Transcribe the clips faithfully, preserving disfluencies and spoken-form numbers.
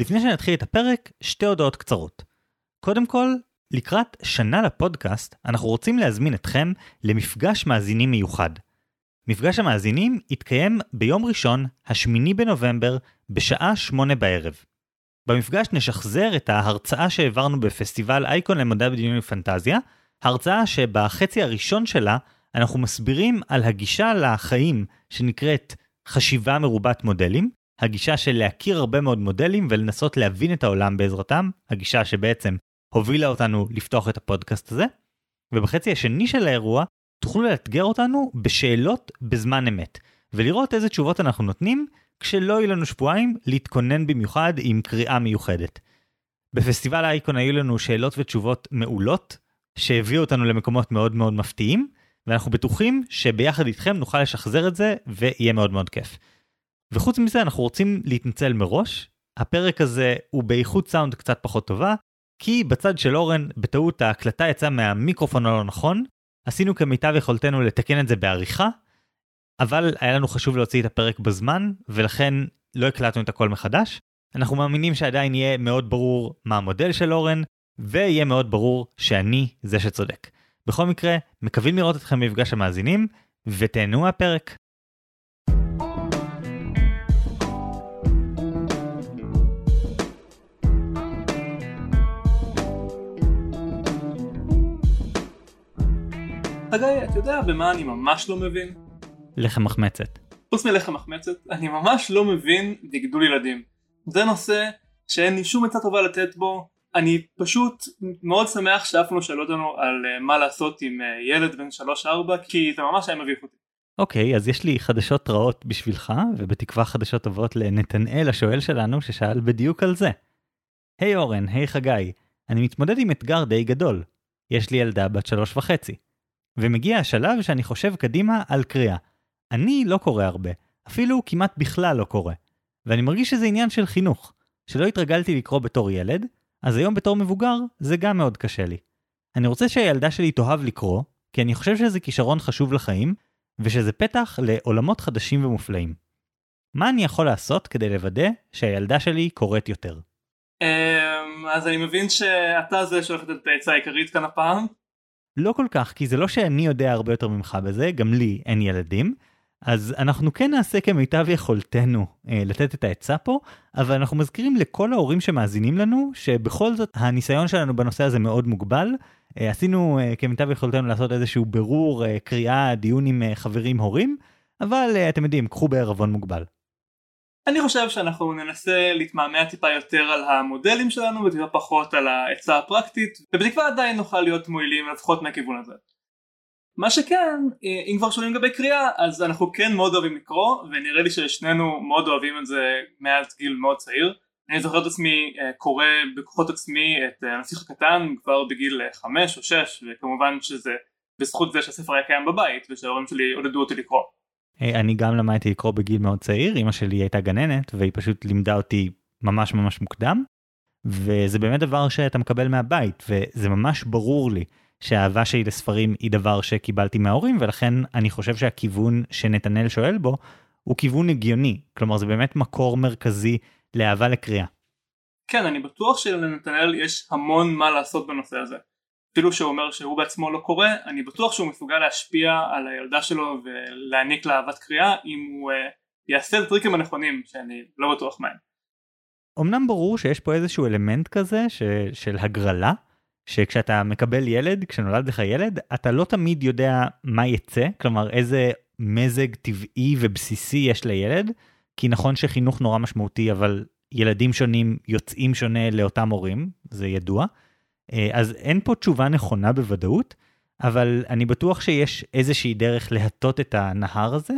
לפני שנתחיל את הפרק, שתי הודעות קצרות. קודם כל, לקראת שנה לפודקאסט, אנחנו רוצים להזמין אתכם למפגש מאזינים מיוחד. מפגש המאזינים יתקיים ביום ראשון, השמיני בנובמבר, בשעה שמונה בערב. במפגש נשחזר את ההרצאה שהעברנו בפסטיבל אייקון למדע בדיוני ופנטזיה, הרצאה שבחצי הראשון שלה אנחנו מסבירים על הגישה לחיים שנקראת חשיבה מרובת מודלים, הגישה של להכיר הרבה מאוד מודלים ולנסות להבין את העולם בעזרתם, הגישה שבעצם הובילה אותנו לפתוח את הפודקאסט הזה, ובחצי השני של האירוע תוכלו לאתגר אותנו בשאלות בזמן אמת, ולראות איזה תשובות אנחנו נותנים, כשלא יהיו לנו שבועיים להתכונן במיוחד עם קריאה מיוחדת. בפסטיבל האייקון היו לנו שאלות ותשובות מעולות, שהביאו אותנו למקומות מאוד מאוד מפתיעים, ואנחנו בטוחים שביחד איתכם נוכל לשחזר את זה, ויהיה מאוד מאוד כיף. וחוץ מזה אנחנו רוצים להתנצל מראש, הפרק הזה הוא באיכות סאונד קצת פחות טובה, כי בצד של אורן, בטעות ההקלטה יצאה מהמיקרופון הלא נכון, עשינו כמיטב יכולתנו לתקן את זה בעריכה, אבל היה לנו חשוב להוציא את הפרק בזמן, ולכן לא הקלטנו את הכל מחדש. אנחנו מאמינים שעדיין יהיה מאוד ברור מה המודל של אורן, ויהיה מאוד ברור שאני זה שצודק. בכל מקרה, מקווים לראות אתכם במפגש המאזינים, ותהנו מהפרק. חגי, אתה יודע במה אני ממש לא מבין? לחם מחמצת. חוץ מלחם מחמצת, אני ממש לא מבין בגדול ילדים. זה נושא שאין לי שום עצה טובה לתת בו. אני פשוט מאוד שמח שאף לא שאלו אותנו על מה לעשות עם ילד בן שלוש ארבע, כי זה ממש היה מביך אותי. אוקיי, אז יש לי חדשות רעות בשבילך, ובתקווה חדשות טובות לנתנאל השואל שלנו, ששאל בדיוק על זה. היי אורן, היי חגי, אני מתמודד עם אתגר די גדול. יש לי ילדה בת שלוש וחצי. ומגיע השלב שאני חושב קדימה על קריאה. אני לא קורא הרבה, אפילו כמעט בכלל לא קורא. ואני מרגיש שזה עניין של חינוך, שלא התרגלתי לקרוא בתור ילד, אז היום בתור מבוגר זה גם מאוד קשה לי. אני רוצה שהילדה שלי תאהב לקרוא, כי אני חושב שזה כישרון חשוב לחיים, ושזה פתח לעולמות חדשים ומופלאים. מה אני יכול לעשות כדי לוודא שהילדה שלי קוראת יותר? אז אני מבין שאתה זה שהולכת את העצה העיקרית כאן הפעם. לא כל כך, כי זה לא שאני יודע הרבה יותר ממך בזה, גם לי אין ילדים, אז אנחנו כן נעשה כמיטב יכולתנו אה, לתת את העצה פה, אבל אנחנו מזכירים לכל ההורים שמאזינים לנו, שבכל זאת הניסיון שלנו בנושא הזה מאוד מוגבל, אה, עשינו אה, כמיטב יכולתנו לעשות איזשהו ברור, אה, קריאה, דיון עם אה, חברים הורים, אבל אה, אתם יודעים, קחו בערבון מוגבל. אני חושב שאנחנו ננסה להתמעמע טיפה יותר על המודלים שלנו וטיפה פחות על העצה הפרקטית, ובתקווה עדיין נוכל להיות מועילים לפחות מהכיוון הזה. מה שכן, אם כבר שואלים לגבי קריאה, אז אנחנו כן מאוד אוהבים לקרוא, ונראה לי ששנינו מאוד אוהבים את זה מאז גיל מאוד צעיר. אני זוכר את עצמי קורא בכוחות עצמי את הנסיך הקטן כבר בגיל חמש או שש, וכמובן שזה בזכות זה שהספר היה קיים בבית ושההורים שלי עודדו אותי לקרוא. אני גם למדתי לקרוא בגיל מאוד צעיר, אמא שלי הייתה גננת והיא פשוט לימדה אותי ממש ממש מוקדם, וזה באמת דבר שאתה מקבל מהבית, וזה ממש ברור לי שהאהבה שלי לספרים היא דבר שקיבלתי מההורים, ולכן אני חושב שהכיוון שנתנאל שואל בו הוא כיוון הגיוני, כלומר זה באמת מקור מרכזי לאהבה לקריאה. כן, אני בטוח שלנתנאל יש המון מה לעשות בנושא הזה. אפילו שהוא אומר שהוא בעצמו לא קורא, אני בטוח שהוא מסוגל להשפיע על הילדה שלו ולהעניק לה אהבת קריאה, אם הוא uh, יעשה את הטריקים הנכונים, שאני לא בטוח מהם. אמנם ברור שיש פה איזשהו אלמנט כזה ש... של הגרלה, שכשאתה מקבל ילד, כשנולד לך ילד, אתה לא תמיד יודע מה יצא, כלומר איזה מזג טבעי ובסיסי יש לילד, כי נכון שחינוך נורא משמעותי, אבל ילדים שונים יוצאים שונה לאותם הורים, זה ידוע, אז אין פה תשובה נכונה בוודאות, אבל אני בטוח שיש איזושהי דרך להטות את הנהר הזה,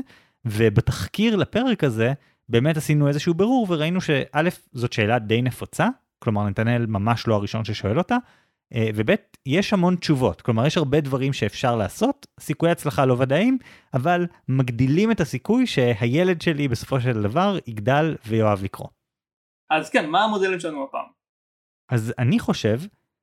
ובתחקיר לפרק הזה, באמת עשינו איזשהו ברור, וראינו שא' זאת שאלה די נפוצה, כלומר נתנאל ממש לא הראשון ששואל אותה, וב' יש המון תשובות, כלומר יש הרבה דברים שאפשר לעשות, סיכוי הצלחה לא ודאים, אבל מגדילים את הסיכוי שהילד שלי בסופו של דבר יגדל ויואב לקרוא. אז כן, מה המודלים שלנו הפעם? אז אני חושב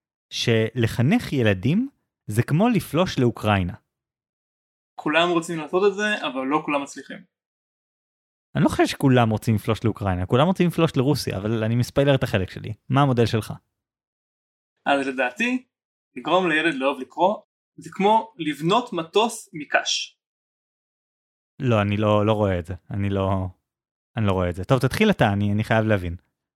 שלחנך ילדים זה כמו לפלוש לאוקראינה. כולם רוצים לעשות את זה, אבל לא כולם מצליחים. אני לא חושב שכולם רוצים לפלוש לאוקראינה, כולם רוצים לפלוש לרוסיה, אבל אני מספיילר את החלק שלי. מה המודל שלך? אז לדעתי, לגרום לילד לאהוב לקרוא, זה כמו לבנות מטוס מקש. לא, אני לא, לא רואה את זה. אני לא, אני לא רואה את זה. טוב, תתחיל אתה, אני, אני חייב להבין.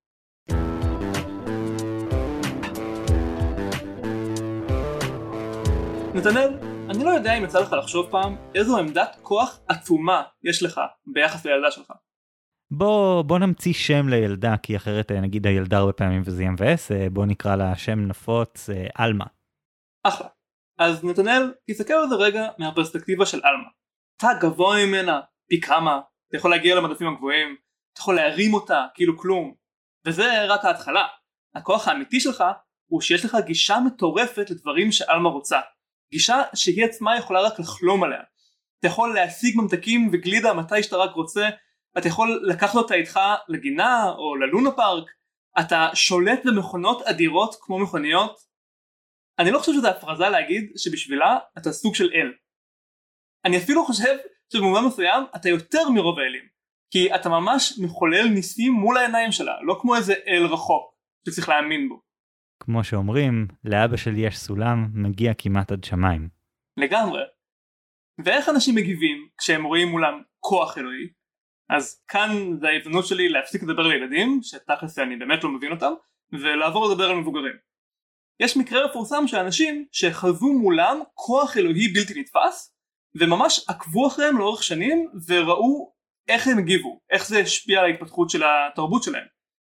נתנאל, אני לא יודע אם יצא לך לחשוב פעם איזו עמדת כוח עצומה יש לך ביחס לילדה שלך. בוא, בוא נמציא שם לילדה, כי אחרת נגיד הילדה הרבה פעמים וזה יהיה מבאס, בוא נקרא לה שם נפוץ, אלמה. אחלה. אז נתנאל, תסתכל על זה רגע מהפרספקטיבה של אלמה. אתה גבוה ממנה, פי כמה, אתה יכול להגיע למדפים הגבוהים, אתה יכול להרים אותה כאילו כלום, וזה רק ההתחלה. הכוח האמיתי שלך הוא שיש לך גישה מטורפת לדברים שאלמה רוצה. גישה שהיא עצמה יכולה רק לחלום עליה. אתה יכול להשיג ממתקים וגלידה מתי שאתה רק רוצה, אתה יכול לקחת אותה איתך לגינה או ללונה פארק, אתה שולט במכונות אדירות כמו מכוניות. אני לא חושב שזה הפרזה להגיד שבשבילה אתה סוג של אל. אני אפילו חושב שבמובן מסוים אתה יותר מרוב האלים, כי אתה ממש מחולל ניסים מול העיניים שלה, לא כמו איזה אל רחוק שצריך להאמין בו. כמו שאומרים, לאבא שלי יש סולם, מגיע כמעט עד שמיים. לגמרי. ואיך אנשים מגיבים כשהם רואים מולם כוח אלוהי? אז כאן זה ההזדמנות שלי להפסיק לדבר לילדים, שתכלס אני באמת לא מבין אותם, ולעבור לדבר על מבוגרים. יש מקרה מפורסם של אנשים שחזו מולם כוח אלוהי בלתי נתפס, וממש עקבו אחריהם לאורך שנים, וראו איך הם הגיבו, איך זה השפיע על ההתפתחות של התרבות שלהם.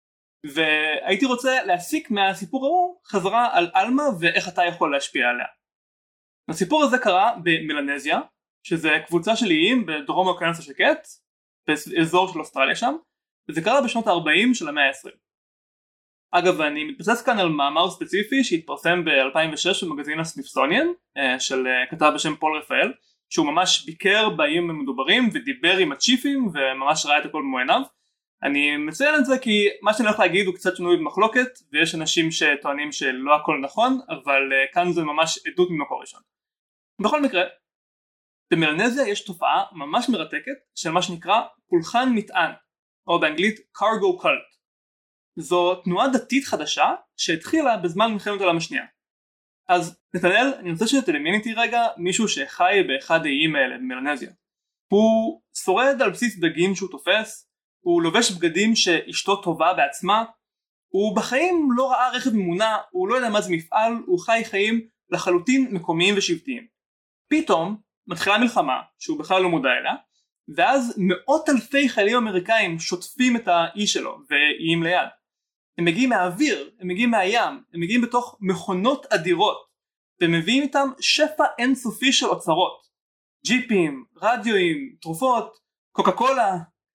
והייתי רוצה להסיק מהסיפור ההוא חזרה על אלמה ואיך אתה יכול להשפיע עליה. הסיפור הזה קרה במלנזיה, שזה קבוצה של איים בדרום האוקיינוס השקט, באזור של אוסטרליה שם, וזה קרה בשנות ה-ארבעים של המאה ה-עשרים. אגב, אני מתבסס כאן על מאמר ספציפי שהתפרסם ב-אלפיים ושש במגזין הסמית'סוניאן, של כתב בשם פול רפאל, שהוא ממש ביקר באיים המדוברים ודיבר עם הצ'יפים וממש ראה את הכל במו עיניו. אני מציין את זה כי מה שאני הולך להגיד הוא קצת שנוי במחלוקת, ויש אנשים שטוענים שלא הכל נכון, אבל כאן זה ממש עדות ממקור ראשון. בכל מקרה, במלנזיה יש תופעה ממש מרתקת של מה שנקרא פולחן מטען, או באנגלית cargo cult. זו תנועה דתית חדשה שהתחילה בזמן מלחמת העולם השנייה. אז נתנאל, אני רוצה שתדמיין איתי רגע מישהו שחי באחד האיים האלה במלנזיה. הוא שורד על בסיס דגים שהוא תופס, הוא לובש בגדים שאשתו טובה בעצמה, הוא בחיים לא ראה רכב ממונע, הוא לא יודע מה זה מפעל, הוא חי חיים לחלוטין מקומיים ושבטיים. פתאום מתחילה מלחמה שהוא בכלל לא מודע אליה, ואז מאות אלפי חיילים אמריקאים שוטפים את האי שלו ואיים ליד. הם מגיעים מהאוויר, הם מגיעים מהים, הם מגיעים בתוך מכונות אדירות, ומביאים איתם שפע אינסופי של אוצרות, ג'יפים, רדיואים, תרופות, קוקה קולה.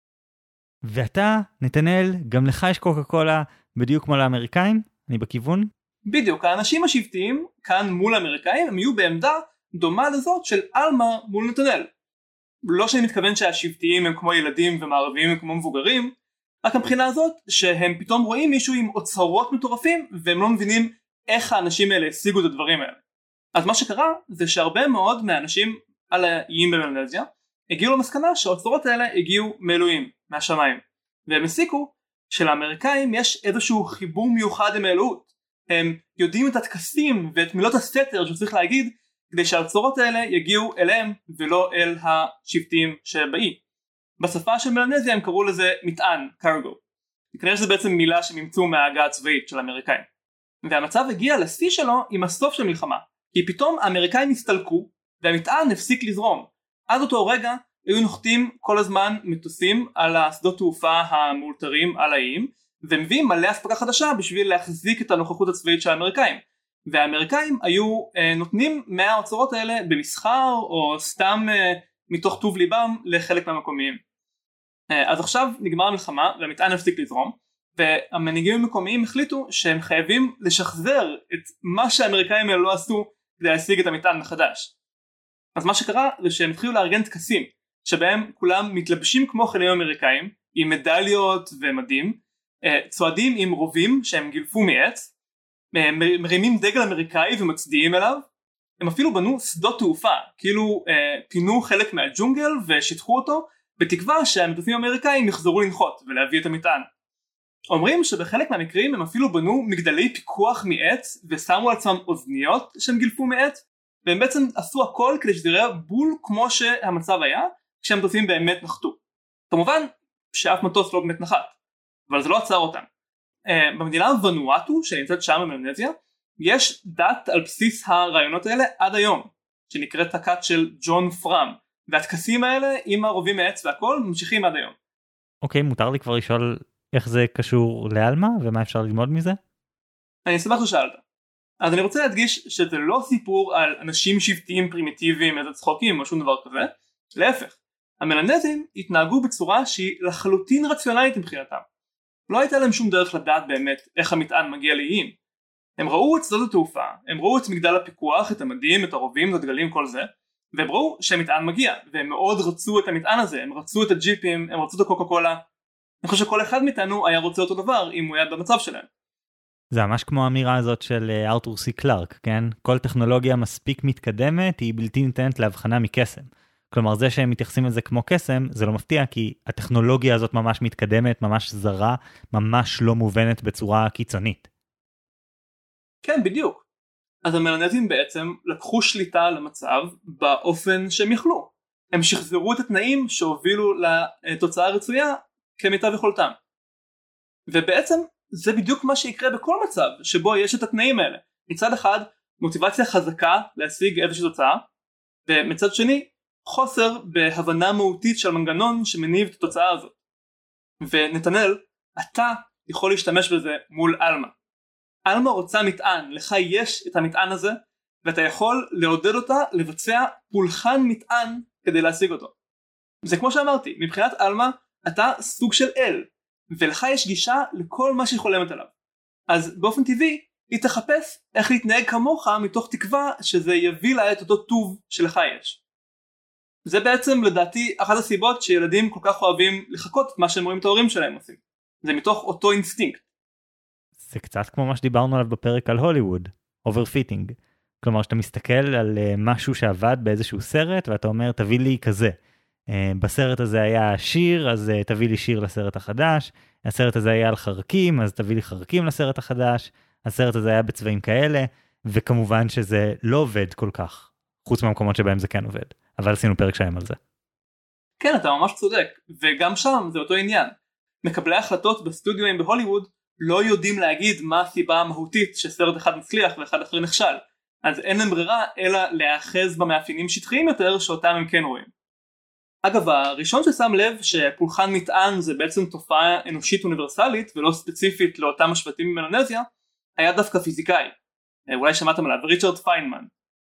ואתה, נתנאל, גם לך יש קוקה קולה בדיוק כמו לאמריקאים? אני בכיוון? בדיוק, האנשים השבטיים כאן מול האמריקאים הם יהיו בעמדה דומה לזאת של אלמה מול נתנאל. לא שאני מתכוון שהשבטיים הם כמו ילדים ומערביים הם כמו מבוגרים, רק מבחינה הזאת שהם פתאום רואים מישהו עם אוצרות מטורפים והם לא מבינים איך האנשים האלה השיגו את הדברים האלה. אז מה שקרה זה שהרבה מאוד מהאנשים על האיים במלנזיה הגיעו למסקנה שהאוצרות האלה הגיעו מאלוהים, מהשמיים, והם הסיקו שלאמריקאים יש איזשהו חיבור מיוחד עם האלוהות. הם יודעים את הטקסים ואת מילות הסתר שצריך להגיד כדי שהאוצרות האלה יגיעו אליהם ולא אל השבטים שבאי. בשפה של מלנזיה הם קראו לזה מטען, קרגו. כנראה שזה בעצם מילה שנמצאו מההגה הצבאית של האמריקאים. והמצב הגיע לשיא שלו עם הסוף של מלחמה, כי פתאום האמריקאים הסתלקו והמטען הפסיק לזרום. עד אותו רגע היו נוחתים כל הזמן מטוסים על השדות תעופה המאולתרים על האיים, ומביאים מלא אספקה חדשה בשביל להחזיק את הנוכחות הצבאית של האמריקאים. והאמריקאים היו אה, נותנים מהאוצרות האלה במסחר או סתם אה, מתוך טוב ליבם לחלק מהמקומיים. אה, אז עכשיו נגמר המלחמה והמטען הפסיק לזרום, והמנהיגים המקומיים החליטו שהם חייבים לשחזר את מה שהאמריקאים האלה לא עשו כדי להשיג את המטען מחדש. אז מה שקרה זה שהם התחילו לארגן טקסים שבהם כולם מתלבשים כמו חיילים אמריקאים עם מדליות ומדים, צועדים עם רובים שהם גילפו מעץ, מרימים דגל אמריקאי ומצדיעים אליו. הם אפילו בנו שדות תעופה, כאילו פינו חלק מהג'ונגל ושיטחו אותו בתקווה שהמטוסים האמריקאים יחזרו לנחות ולהביא את המטען. אומרים שבחלק מהמקרים הם אפילו בנו מגדלי פיקוח מעץ ושמו על עצמם אוזניות שהם גילפו מעץ, והם בעצם עשו הכל כדי שזה יראה בול כמו שהמצב היה כשהמטוסים באמת נחתו. כמובן שאף מטוס לא באמת נחת, אבל זה לא עצר אותם. במדינה ונואטו שנמצאת שם במלנזיה יש דת על בסיס הרעיונות האלה עד היום, שנקראת הכת של ג'ון פרם, והטקסים האלה עם הרובים מעץ והכל ממשיכים עד היום. אוקיי, מותר לי כבר לשאול איך זה קשור לאלמה ומה אפשר ללמוד מזה? אני אשמח ששאלת. אז אני רוצה להדגיש שזה לא סיפור על אנשים שבטיים פרימיטיביים איזה צחוקים או שום דבר כזה, להפך, המלנזים התנהגו בצורה שהיא לחלוטין רציונלית מבחינתם. לא הייתה להם שום דרך לדעת באמת איך המטען מגיע לאיים. הם ראו את שדות התעופה, הם ראו את מגדל הפיקוח, את המדים, את הרובים, את הדגלים, כל זה, והם ראו שהמטען מגיע, והם מאוד רצו את המטען הזה, הם רצו את הג'יפים, הם רצו את הקוקה קולה. אני חושב שכל אחד מאיתנו היה רוצה אותו דבר אם הוא היה במצב שלהם. זה ממש כמו האמירה הזאת של ארתור סי קלארק, כן? כל טכנולוגיה מספיק מתקדמת היא בלתי ניתנת להבחנה מקסם. כלומר, זה שהם מתייחסים לזה כמו קסם, זה לא מפתיע, כי הטכנולוגיה הזאת ממש מתקדמת, ממש זרה, ממש לא מובנת בצורה קיצונית. כן, בדיוק. אז המלנזים בעצם לקחו שליטה על המצב באופן שהם יכלו. הם שחזרו את התנאים שהובילו לתוצאה הרצויה כמיטב יכולתם. ובעצם זה בדיוק מה שיקרה בכל מצב שבו יש את התנאים האלה. מצד אחד, מוטיבציה חזקה להשיג איזושהי תוצאה, ומצד שני, חוסר בהבנה מהותית של מנגנון שמניב את התוצאה הזאת. ונתנאל, אתה יכול להשתמש בזה מול אלמה. אלמה רוצה מטען, לך יש את המטען הזה, ואתה יכול לעודד אותה לבצע פולחן מטען כדי להשיג אותו. זה כמו שאמרתי, מבחינת אלמה אתה סוג של אל, ולך יש גישה לכל מה שהיא חולמת עליו. אז באופן טבעי היא תחפש איך להתנהג כמוך מתוך תקווה שזה יביא לה את אותו טוב שלך יש. זה בעצם לדעתי אחת הסיבות שילדים כל כך אוהבים לחכות את מה שהם רואים את ההורים שלהם עושים. זה מתוך אותו אינסטינקט. זה קצת כמו מה שדיברנו עליו בפרק על הוליווד, אוברפיטינג. כלומר שאתה מסתכל על משהו שעבד באיזשהו סרט ואתה אומר תביא לי כזה. בסרט הזה היה שיר, אז תביא לי שיר לסרט החדש. הסרט הזה היה על חרקים, אז תביא לי חרקים לסרט החדש. הסרט הזה היה בצבעים כאלה, וכמובן שזה לא עובד כל כך, חוץ מהמקומות שבהם זה כן עובד. אבל עשינו פרק שלם על זה. כן, אתה ממש צודק, וגם שם זה אותו עניין. מקבלי החלטות בסטודיואים בהוליווד לא יודעים להגיד מה הסיבה המהותית שסרט אחד מצליח ואחד אחר נכשל. אז אין להם ברירה אלא להאחז במאפיינים שטחיים יותר שאותם הם כן רואים. אגב, הראשון ששם לב שפולחן מטען זה בעצם תופעה אנושית אוניברסלית ולא ספציפית לאותם השבטים במלנזיה, היה דווקא פיזיקאי. אולי שמעתם עליו, ריצ'רד פיינמן.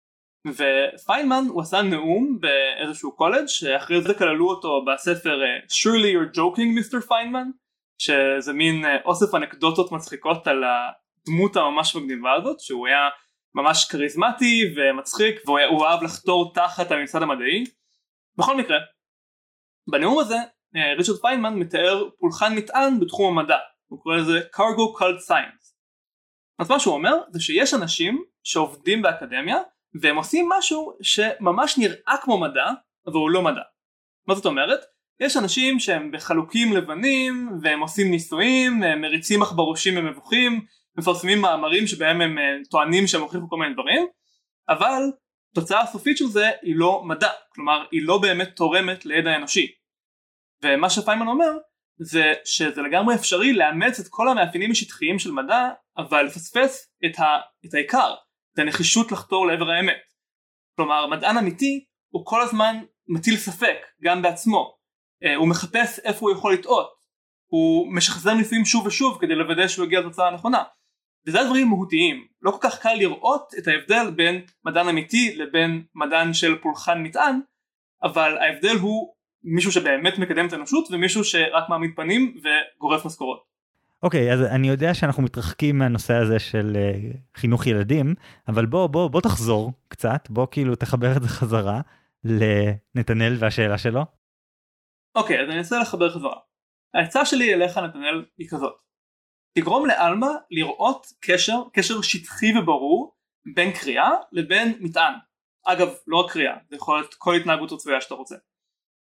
ופיינמן הוא עשה נאום באיזשהו קולג' שאחרי זה כללו אותו בספר Surely You're Joking מיסטר Feynman, שזה מין אוסף אנקדוטות מצחיקות על הדמות הממש מגניבה הזאת, שהוא היה ממש קריזמטי ומצחיק והוא היה, אהב לחתור תחת הממסד המדעי. בכל מקרה, בנאום הזה ריצ'רד פיינמן מתאר פולחן מטען בתחום המדע, הוא קורא לזה Cargo Cult Science. אז מה שהוא אומר זה שיש אנשים שעובדים באקדמיה והם עושים משהו שממש נראה כמו מדע אבל הוא לא מדע. מה זאת אומרת? יש אנשים שהם בחלוקים לבנים והם עושים ניסויים, הם מריצים עכברושים ומבוכים, מפרסמים מאמרים שבהם הם טוענים שהם הוכיחו כל מיני דברים, אבל התוצאה הסופית של זה היא לא מדע, כלומר היא לא באמת תורמת לידע האנושי. ומה שפיינמן אומר זה שזה לגמרי אפשרי לאמץ את כל המאפיינים השטחיים של מדע, אבל לפספס את, ה, את העיקר, את הנחישות לחתור לעבר האמת. כלומר מדען אמיתי הוא כל הזמן מטיל ספק גם בעצמו, הוא מחפש איפה הוא יכול לטעות, הוא משחזר ניסויים שוב ושוב כדי לוודא שהוא יגיע לתוצאה הנכונה. וזה הדברים מהותיים, לא כל כך קל לראות את ההבדל בין מדען אמיתי לבין מדען של פולחן מטען, אבל ההבדל הוא מישהו שבאמת מקדם את האנושות ומישהו שרק מעמיד פנים וגורף משכורות. אוקיי, אז אני יודע שאנחנו מתרחקים מהנושא הזה של uh, חינוך ילדים, אבל בוא, בוא, בוא תחזור קצת, בוא כאילו תחבר את זה חזרה לנתנאל והשאלה שלו. אוקיי, אז אני אנסה לחבר חזרה. ההצעה שלי אליך נתנאל היא כזאת. תגרום לאלמה לראות קשר, קשר שטחי וברור בין קריאה לבין מטען. אגב, לא רק קריאה, זה יכול להיות כל התנהגות רצויה שאתה רוצה.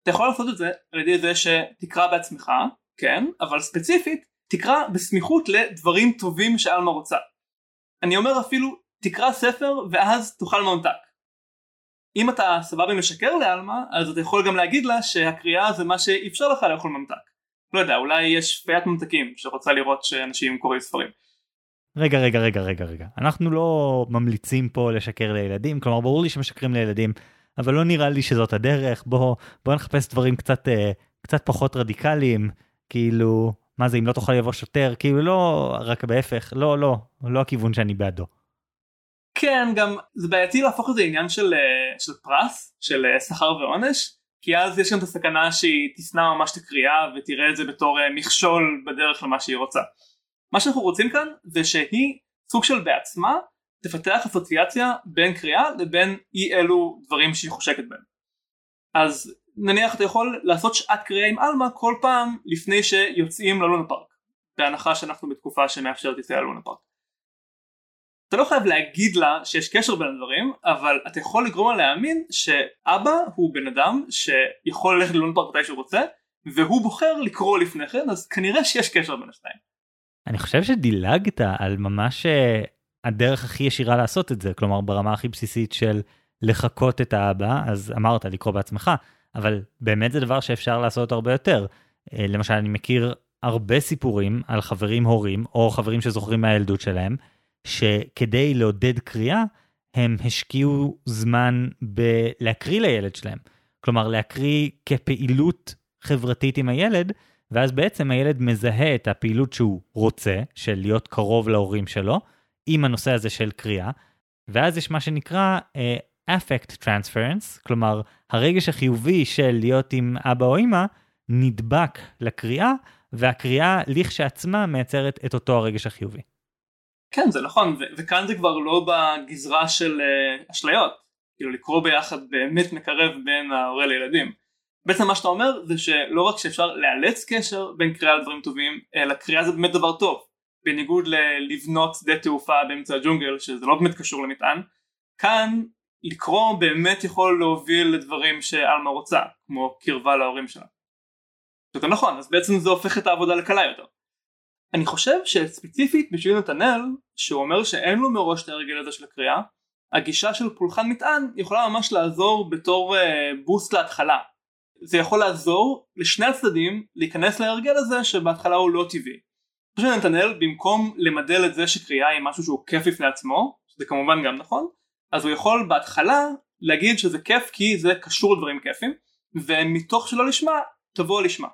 אתה יכול לעשות את זה על ידי זה שתקרא בעצמך, כן, אבל ספציפית תקרא בסמיכות לדברים טובים שאלמה רוצה. אני אומר אפילו תקרא ספר ואז תאכל ממתק. אם אתה סבבה משקר לאלמה, אז אתה יכול גם להגיד לה שהקריאה זה מה שאפשר לך לאכול ממתק. לא יודע, אולי יש פיית ממתקים שרוצה לראות שאנשים קוראים ספרים. רגע, רגע, רגע, רגע, רגע. אנחנו לא ממליצים פה לשקר לילדים, כלומר ברור לי שמשקרים לילדים, אבל לא נראה לי שזאת הדרך. בוא, בוא נחפש דברים קצת, קצת פחות רדיקליים, כאילו, מה זה אם לא תוכל לבוא שוטר, כאילו לא, רק בהפך, לא, לא, לא הכיוון שאני בעדו. כן, גם זה בעייתי להפוך את זה עניין של, של פרס, של שכר ועונש, כי אז יש גם את הסכנה שהיא תשנא ממש את הקריאה ותראה את זה בתור מכשול בדרך למה שהיא רוצה. מה שאנחנו רוצים כאן זה שהיא סוג של בעצמה תפתח אסוציאציה בין קריאה לבין אי אלו דברים שהיא חושקת בהם. אז נניח אתה יכול לעשות שעת קריאה עם אלמה כל פעם לפני שיוצאים ללונה פארק, בהנחה שאנחנו בתקופה שמאפשרת יציאה ללונה פארק. אתה לא חייב להגיד לה שיש קשר בין הדברים, אבל אתה יכול לגרום לה להאמין שאבא הוא בן אדם שיכול ללכת ללונה פארק מתי שהוא רוצה, והוא בוחר לקרוא לפני כן, אז כנראה שיש קשר בין השתיים. אני חושב שדילגת על ממש הדרך הכי ישירה לעשות את זה, כלומר ברמה הכי בסיסית של לחכות את האבא, אז אמרת לקרוא בעצמך, אבל באמת זה דבר שאפשר לעשות הרבה יותר. למשל אני מכיר הרבה סיפורים על חברים הורים, או חברים שזוכרים מהילדות שלהם, שכדי לעודד קריאה, הם השקיעו זמן בלהקריא לילד שלהם. כלומר, להקריא כפעילות חברתית עם הילד, ואז בעצם הילד מזהה את הפעילות שהוא רוצה, של להיות קרוב להורים שלו, עם הנושא הזה של קריאה, ואז יש מה שנקרא uh, affect transference, כלומר, הרגש החיובי של להיות עם אבא או אמא, נדבק לקריאה, והקריאה לכשעצמה מייצרת את אותו הרגש החיובי. כן, זה נכון, ו- וכאן זה כבר לא בגזרה של uh, אשליות, כאילו לקרוא ביחד באמת מקרב בין ההורה לילדים. בעצם מה שאתה אומר זה שלא רק שאפשר לאלץ קשר בין קריאה לדברים טובים, אלא קריאה זה באמת דבר טוב, בניגוד ללבנות שדה תעופה באמצע הג'ונגל, שזה לא באמת קשור למטען. כאן לקרוא באמת יכול להוביל לדברים שאלמה רוצה, כמו קרבה להורים שלה. זה נכון, אז בעצם זה הופך את העבודה לקלה יותר. אני חושב שספציפית בשביל נתנאל, שהוא אומר שאין לו מראש את הרגל הזה של הקריאה, הגישה של פולחן מטען יכולה ממש לעזור בתור uh, בוסט להתחלה. זה יכול לעזור לשני הצדדים להיכנס להרגל הזה שבהתחלה הוא לא טבעי. פשוט נתנאל, במקום למדל את זה שקריאה היא משהו שהוא כיף לפני עצמו, שזה כמובן גם נכון, אז הוא יכול בהתחלה להגיד שזה כיף כי זה קשור לדברים כיפים, ומתוך שלא לשמה, תבוא לשמה.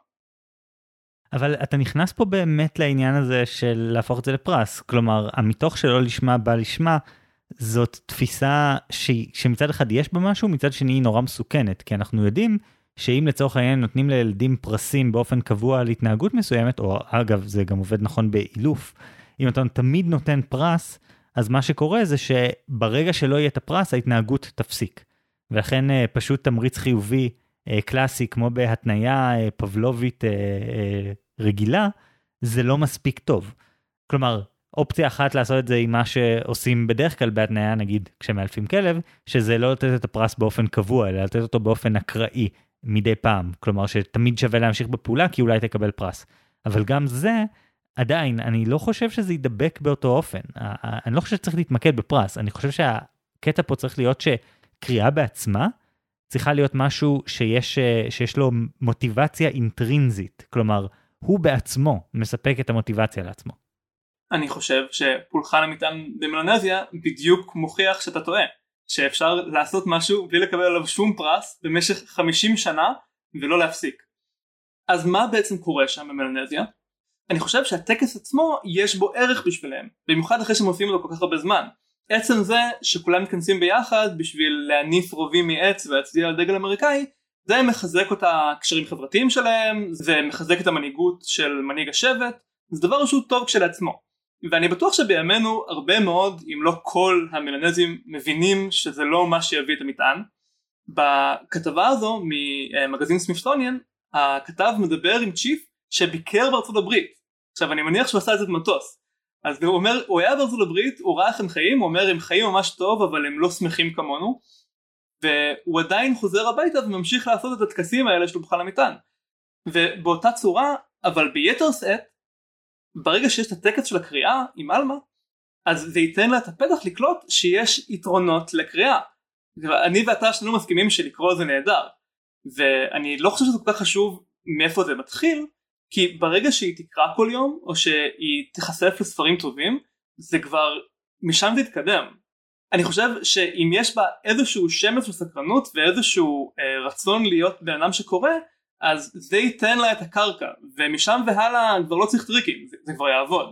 אבל אתה נכנס פה באמת לעניין הזה של להפוך את זה לפרס, כלומר, המתוך שלא לשמה בא לשמה, זאת תפיסה ש... שמצד אחד יש בה משהו, מצד שני היא נורא מסוכנת, כי אנחנו יודעים שאם לצורך העניין נותנים לילדים פרסים באופן קבוע על התנהגות מסוימת, או אגב זה גם עובד נכון באילוף, אם אתה תמיד נותן פרס, אז מה שקורה זה שברגע שלא יהיה את הפרס, ההתנהגות תפסיק. ולכן פשוט תמריץ חיובי קלאסי, כמו בהתניה פבלובית רגילה, זה לא מספיק טוב. כלומר, אופציה אחת לעשות את זה עם מה שעושים בדרך כלל בהתניה, נגיד כשמאלפים כלב, שזה לא לתת את הפרס באופן קבוע, אלא לתת אותו באופן אקראי מדי פעם. כלומר, שתמיד שווה להמשיך בפעולה, כי אולי תקבל פרס. אבל גם זה, עדיין, אני לא חושב שזה ידבק באותו אופן. אני לא חושב שצריך להתמקד בפרס. אני חושב שהקטע פה צריך להיות שקריאה בעצמה, צריכה להיות משהו שיש, שיש לו מוטיבציה אינטרינזית. כלומר, הוא בעצמו מספק את המוטיבציה לעצמו. אני חושב שפולחן המטען במלנזיה בדיוק מוכיח שאתה טועה. שאפשר לעשות משהו בלי לקבל עליו שום פרס במשך חמישים שנה ולא להפסיק. אז מה בעצם קורה שם במלנזיה? אני חושב שהטקס עצמו יש בו ערך בשבילם, במיוחד אחרי שהם עושים אותו כל כך הרבה זמן. עצם זה שכולם מתכנסים ביחד בשביל להניף רובים מעץ ולהצדיע על דגל אמריקאי, זה מחזק את הקשרים חברתיים שלהם, זה מחזק את המנהיגות של מנהיג השבט, זה דבר שהוא טוב כשלעצמו. ואני בטוח שבימינו הרבה מאוד, אם לא כל המלנזים מבינים שזה לא מה שיביא את המטען. בכתבה הזו ממגזין סמית'סוניאן, הכתב מדבר עם צ'יף שביקר בארצות הברית. עכשיו אני מניח שהוא עשה את זה במטוס. אז הוא אומר, הוא היה בארצות הברית, הוא ראה איך הם חיים, הוא אומר הם חיים ממש טוב אבל הם לא שמחים כמונו. והוא עדיין חוזר הביתה וממשיך לעשות את הטקסים האלה שלו בחלל המטען. ובאותה צורה, אבל ביתר שאת, ברגע שיש את הטקס של הקריאה עם אלמה, אז זה ייתן לה את הפתח לקלוט שיש יתרונות לקריאה. אני ואתה שנינו מסכימים שלקרוא זה נהדר, ואני לא חושב שזה כל כך חשוב מאיפה זה מתחיל, כי ברגע שהיא תקרא כל יום, או שהיא תחשף לספרים טובים, זה כבר, משם זה יתקדם. אני חושב שאם יש בה איזשהו שמץ של סקרנות, ואיזשהו אה, רצון להיות בן אדם שקורא, אז זה ייתן לה את הקרקע, ומשם והלאה כבר לא צריך טריקים, זה, זה כבר יעבוד.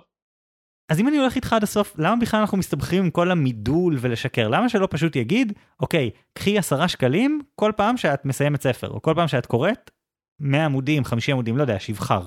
אז אם אני הולך איתך עד הסוף, למה בכלל אנחנו מסתבכים עם כל המידול ולשקר? למה שלא פשוט יגיד, אוקיי, קחי עשרה שקלים כל פעם שאת מסיימת ספר, או כל פעם שאת קוראת, מאה עמודים, חמישים עמודים, לא יודע, שיבחר.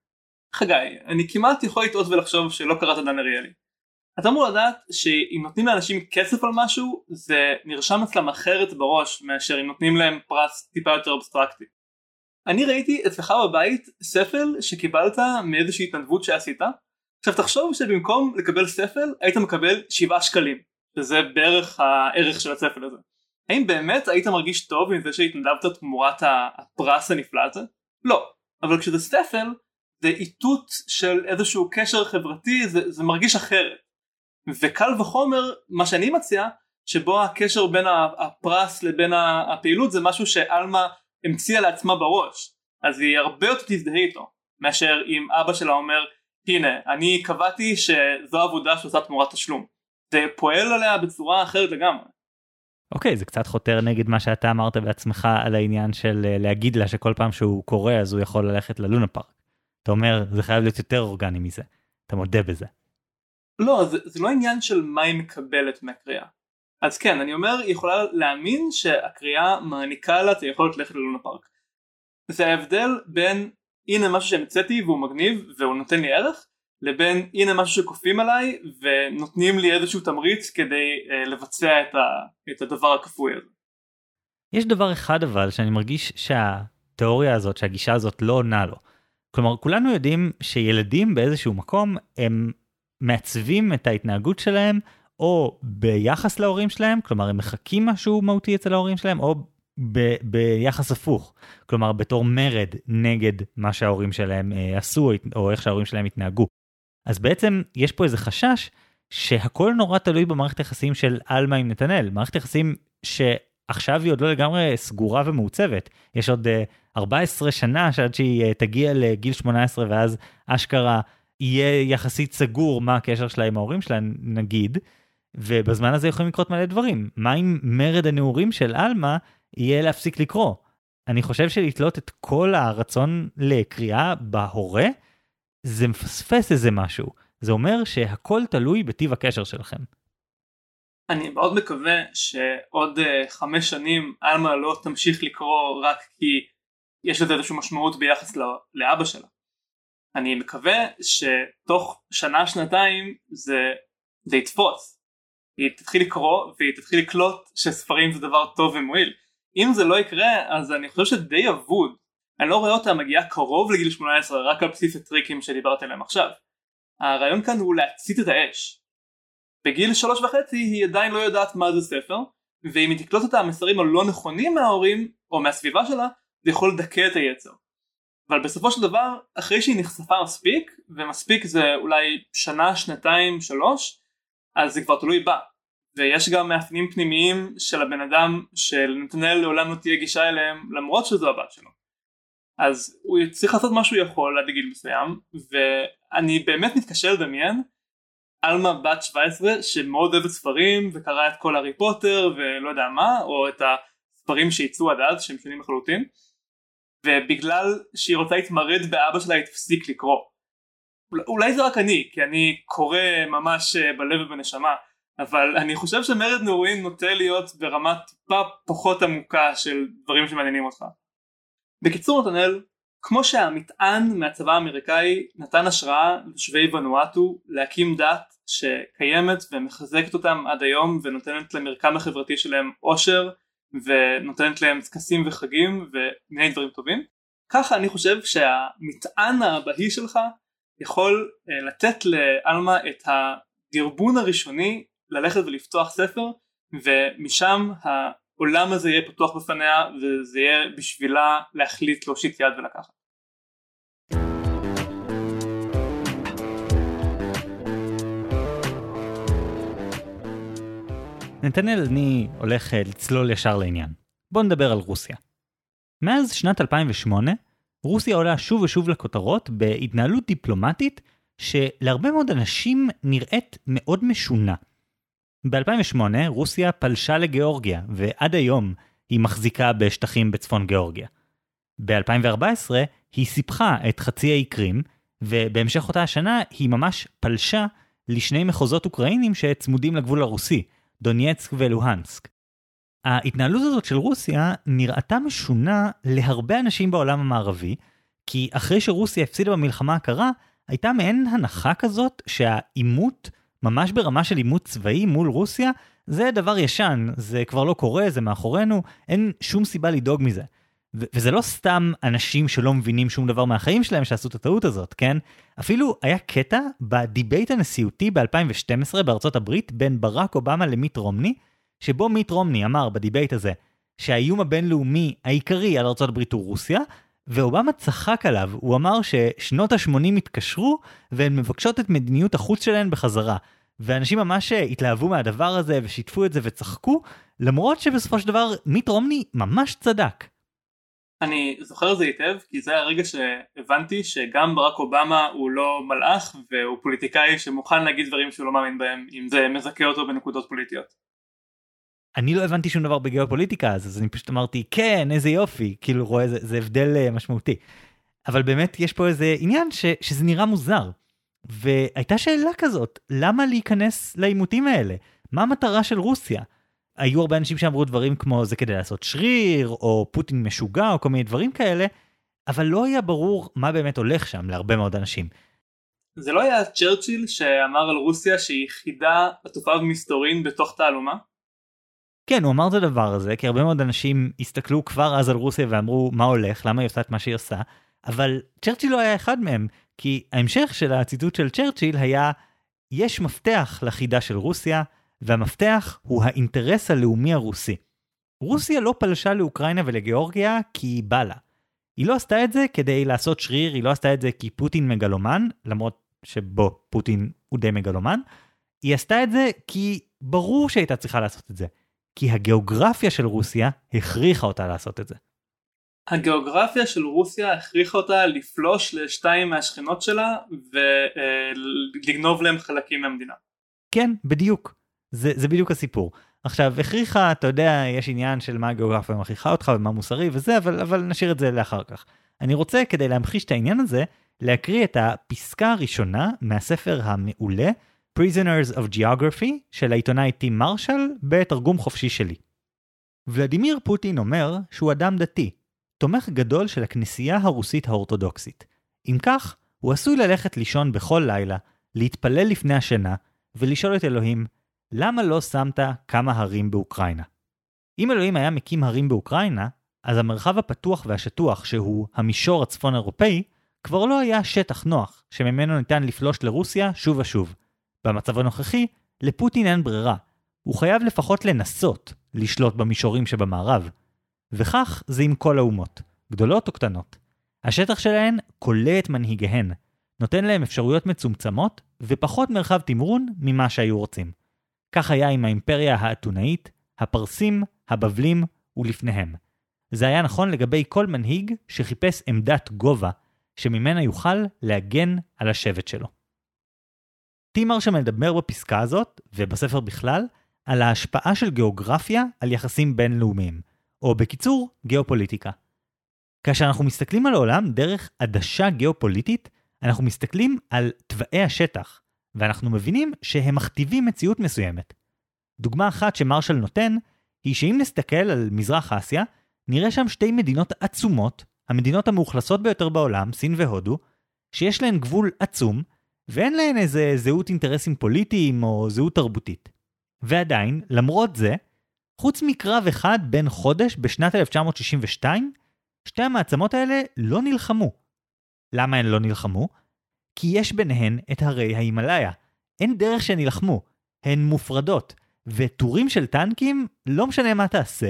חגי, אני כמעט יכול לטעות ולחשוב שלא קראת דן אריאלי. אתה אמור לדעת שאם נותנים לאנשים כסף על משהו, זה נרשם אצלם אחרת בראש, מאשר אם נותנים להם פרס טיפה יותר אבסטרקטי. אני ראיתי אצלך בבית ספל שקיבלת מאיזושהי התנדבות שעשית, עכשיו תחשוב שבמקום לקבל ספל היית מקבל שבעה שקלים, שזה בערך הערך של הספל הזה. האם באמת היית מרגיש טוב עם זה שהתנדבת תמורת הפרס הנפלא הזה? לא, אבל כשזה ספל זה איתות של איזשהו קשר חברתי, זה, זה מרגיש אחרת. וקל וחומר מה שאני מציע, שבו הקשר בין הפרס לבין הפעילות זה משהו שאלמה המציאה לעצמה בראש, אז היא הרבה יותר תזדהה איתו מאשר אם אבא שלה אומר הנה אני קבעתי שזו עבודה שעושה תמורת תשלום. זה פועל עליה בצורה אחרת לגמרי. אוקיי, זה קצת חותר נגד מה שאתה אמרת בעצמך על העניין של להגיד לה שכל פעם שהוא קורא אז הוא יכול ללכת ללונה פארק. אתה אומר זה חייב להיות יותר אורגני מזה, אתה מודה בזה. לא, זה, זה לא עניין של מה היא מקבלת מהקריאה. אז כן, אני אומר, היא יכולה להאמין שהקריאה מעניקה לה את היכולת ללכת ללונה פארק. זה ההבדל בין הנה משהו שהמצאתי והוא מגניב והוא נותן לי ערך, לבין הנה משהו שקופים עליי ונותנים לי איזשהו תמריץ כדי uh, לבצע את, ה, את הדבר הכפוי הזה. יש דבר אחד אבל שאני מרגיש שהתיאוריה הזאת, שהגישה הזאת לא עונה לו. כלומר, כולנו יודעים שילדים באיזשהו מקום הם מעצבים את ההתנהגות שלהם, או ביחס להורים שלהם, כלומר הם מחכים משהו מהותי אצל ההורים שלהם, או ב- ביחס הפוך, כלומר בתור מרד נגד מה שההורים שלהם אה, עשו, או איך שההורים שלהם התנהגו. אז בעצם יש פה איזה חשש, שהכל נורא תלוי במערכת היחסים של אלמה עם נתנאל, מערכת יחסים שעכשיו היא עוד לא לגמרי סגורה ומעוצבת, יש עוד אה, ארבע עשרה שנה שעד שהיא אה, תגיע לגיל שמונה עשרה, ואז אשכרה יהיה יחסית סגור מה הקשר שלה עם ההורים שלה, נגיד, ובזמן הזה יכולים לקרות מלא דברים. מה אם מרד הנעורים של אלמה יהיה להפסיק לקרוא? אני חושב שלתלות את כל הרצון לקריאה בהורה, זה מפספס איזה משהו. זה אומר שהכל תלוי בטיב הקשר שלכם. אני מאוד מקווה שעוד uh, חמש שנים אלמה לא תמשיך לקרוא רק כי יש לזה איזושהי משמעות ביחס לא, לאבא שלה. אני מקווה שתוך שנה שנתיים זה, זה יתפוס. היא תתחיל לקרוא והיא תתחיל לקלוט שספרים זה דבר טוב ומועיל. אם זה לא יקרה אז אני חושב שדי אבוד. אני לא רואה אותה מגיעה קרוב לגיל שמונה עשרה רק על בסיס הטריקים שדיברתי עליהם עכשיו. הרעיון כאן הוא להצית את האש. בגיל שלוש וחצי היא עדיין לא יודעת מה זה ספר, ואם היא תקלוט את המסרים הלא נכונים מההורים או מהסביבה שלה, זה יכול לדכא את היצר. אבל בסופו של דבר, אחרי שהיא נחשפה מספיק, ומספיק זה אולי שנה, שנתיים, שלוש, אז זה כבר תלוי בה. ויש גם מאפיינים פנימיים של הבן אדם שלנתנאל לעולם לא תהיה גישה אליהם, למרות שזו הבת שלו. אז הוא צריך לעשות מה שהוא יכול עד לגיל מסוים, ואני באמת מתקשה לדמיין אלמה בת שבע עשרה שמאוד אוהבת ספרים וקראה את כל הארי פוטר ולא יודע מה, או את הספרים שיצאו עד אז שהם שונים לחלוטין, ובגלל שהיא רוצה להתמרד באבא שלה היא תפסיק לקרוא. אולי זה רק אני, כי אני קורא ממש בלב ובנשמה, אבל אני חושב שמרד נעורים נוטה להיות ברמה טיפה פחות עמוקה של דברים שמעניינים אותך. בקיצור נתנאל, כמו שהמטען מהצבא האמריקאי נתן השראה לתושבי ונואטו להקים דת שקיימת ומחזקת אותם עד היום ונותנת למרקם החברתי שלהם עושר ונותנת להם טקסים וחגים ומיני דברים טובים, ככה אני חושב שהמטען האבהי שלך יכול לתת לאלמה את הדרבון הראשוני ללכת ולפתוח ספר, ומשם שהעולם הזה יהיה פתוח בפניה וזה יהיה בשבילה להחליט להושיט יד ולקחת. נתנאל, אני הולך לצלול ישר לעניין. בוא נדבר על רוסיה. מאז שנת אלפיים ושמונה, רוסיה עולה שוב ושוב לכותרות בהתנהלות דיפלומטית שלהרבה מאוד אנשים נראית מאוד משונה. ב-אלפיים ושמונה רוסיה פלשה לגיאורגיה, ועד היום היא מחזיקה בשטחים בצפון גיאורגיה. ב-אלפיים וארבע עשרה היא סיפחה את חצי האי קרים, ובהמשך אותה השנה היא ממש פלשה לשני מחוזות אוקראינים שצמודים לגבול הרוסי, דונייצק ולוהנסק. ההתנהלות הזאת של רוסיה נראתה משונה להרבה אנשים בעולם המערבי, כי אחרי שרוסיה הפסידה במלחמה הקרה, הייתה מעין הנחה כזאת שהאימות, ממש ברמה של אימות צבאי מול רוסיה, זה דבר ישן, זה כבר לא קורה, זה מאחורינו, אין שום סיבה לדאוג מזה. ו- וזה לא סתם אנשים שלא מבינים שום דבר מהחיים שלהם שעשו את הטעות הזאת, כן? אפילו היה קטע בדיבייט הנשיאותי ב-אלפיים ושתים עשרה בארצות הברית בין ברק אובמה למיט רומני, שבו מיט רומני אמר בדיבייט הזה שהאיום הבינלאומי העיקרי על ארצות הברית הוא רוסיה, ואובמה צחק עליו, הוא אמר ששנות ה-שמונים התקשרו והן מבקשות את מדיניות החוץ שלהן בחזרה, ואנשים ממש התלהבו מהדבר הזה ושיתפו את זה וצחקו, למרות שבסופו של דבר מיט רומני ממש צדק. אני זוכר זה היטב, כי זה הרגע שהבנתי שגם ברק אובמה הוא לא מלאך, והוא פוליטיקאי שמוכן להגיד דברים שהוא לא מאמין בהם, אם זה מזכה אותו בנקודות פוליטיות. אני לא הבנתי שום דבר בגיאופוליטיקה, אז אני פשוט אמרתי, כן, איזה יופי, כאילו רואה, זה, זה הבדל משמעותי. אבל באמת יש פה איזה עניין ש, שזה נראה מוזר. והייתה שאלה כזאת, למה להיכנס לאימותים האלה? מה המטרה של רוסיה? היו הרבה אנשים שאמרו דברים כמו זה כדי לעשות שריר, או פוטין משוגע, או כל מיני דברים כאלה, אבל לא היה ברור מה באמת הולך שם להרבה מאוד אנשים. זה לא היה צ'רצ'יל שאמר על רוסיה שהיא חידה עטופה במסתורין בתוך תעלומה? כן, הוא אמר את הדבר הזה, כי הרבה מאוד אנשים הסתכלו כבר אז על רוסיה ואמרו מה הולך, למה היא עושה את מה שהיא עושה, אבל צ'רצ'יל לא היה אחד מהם, כי ההמשך של הציטוט של צ'רצ'יל היה, יש מפתח לחידה של רוסיה, והמפתח הוא האינטרס הלאומי הרוסי. רוסיה לא פלשה לאוקראינה ולגיאורגיה כי היא בא לה. היא לא עשתה את זה כדי לעשות שריר, היא לא עשתה את זה כי פוטין מגלומן, למרות שבו פוטין הוא די מגלומן, היא עשתה את זה כי ברור שהייתה צריכה לעשות את זה. כי הגיאוגרפיה של רוסיה הכריחה אותה לעשות את זה. הגיאוגרפיה של רוסיה הכריחה אותה לפלוש לשתיים מהשכנות שלה ולגנוב להם חלקים מהמדינה. כן, בדיוק. זה, זה בדיוק הסיפור. עכשיו, הכריחה, אתה יודע, יש עניין של מה הגיאוגרפיה מכריחה אותך ומה מוסרי וזה, אבל, אבל נשאיר את זה לאחר כך. אני רוצה, כדי להמחיש את העניין הזה, להקריא את הפסקה הראשונה מהספר המעולה, Prisoners of Geography, של העיתונאי טים מרשל, בתרגום חופשי שלי. ולדימיר פוטין אומר שהוא אדם דתי, תומך גדול של הכנסייה הרוסית האורתודוקסית. אם כך, הוא עשוי ללכת לישון בכל לילה, להתפלל לפני השינה, ולשאול את אלוהים, למה לא שמת כמה הרים באוקראינה? אם אלוהים היה מקים הרים באוקראינה, אז המרחב הפתוח והשטוח, שהוא המישור הצפון אירופאי, כבר לא היה שטח נוח, שממנו ניתן לפלוש לרוסיה שוב ושוב. במצב הנוכחי, לפוטין אין ברירה. הוא חייב לפחות לנסות לשלוט במישורים שבמערב. וכך זה עם כל האומות, גדולות או קטנות. השטח שלהן קולה את מנהיגיהן, נותן להם אפשרויות מצומצמות ופחות מרחב תמרון ממה שהיו רוצים. כך היה עם האימפריה האתונאית, הפרסים, הבבלים ולפניהם. זה היה נכון לגבי כל מנהיג שחיפש עמדת גובה, שממנה יוכל להגן על השבט שלו. טים מרשל מדבר בפסקה הזאת, ובספר בכלל, על ההשפעה של גיאוגרפיה על יחסים בינלאומיים, או בקיצור, גיאופוליטיקה. כאשר אנחנו מסתכלים על העולם דרך עדשה גיאופוליטית, אנחנו מסתכלים על טבעי השטח, ואנחנו מבינים שהם מכתיבים מציאות מסוימת. דוגמה אחת שמרשל נותן, היא שאם נסתכל על מזרח אסיה, נראה שם שתי מדינות עצומות, המדינות המאוכלסות ביותר בעולם, סין והודו, שיש להן גבול עצום, ואין להן איזה זהות אינטרסים פוליטיים או זהות תרבותית. ועדיין, למרות זה, חוץ מקרב אחד בין חודש בשנת אלף תשע מאות שישים ושתיים, שתי המעצמות האלה לא נלחמו. למה הן לא נלחמו? כי יש ביניהן את הרי ההימלאיה. אין דרך שהן נלחמו, הן מופרדות, וטורים של טנקים, לא משנה מה תעשה,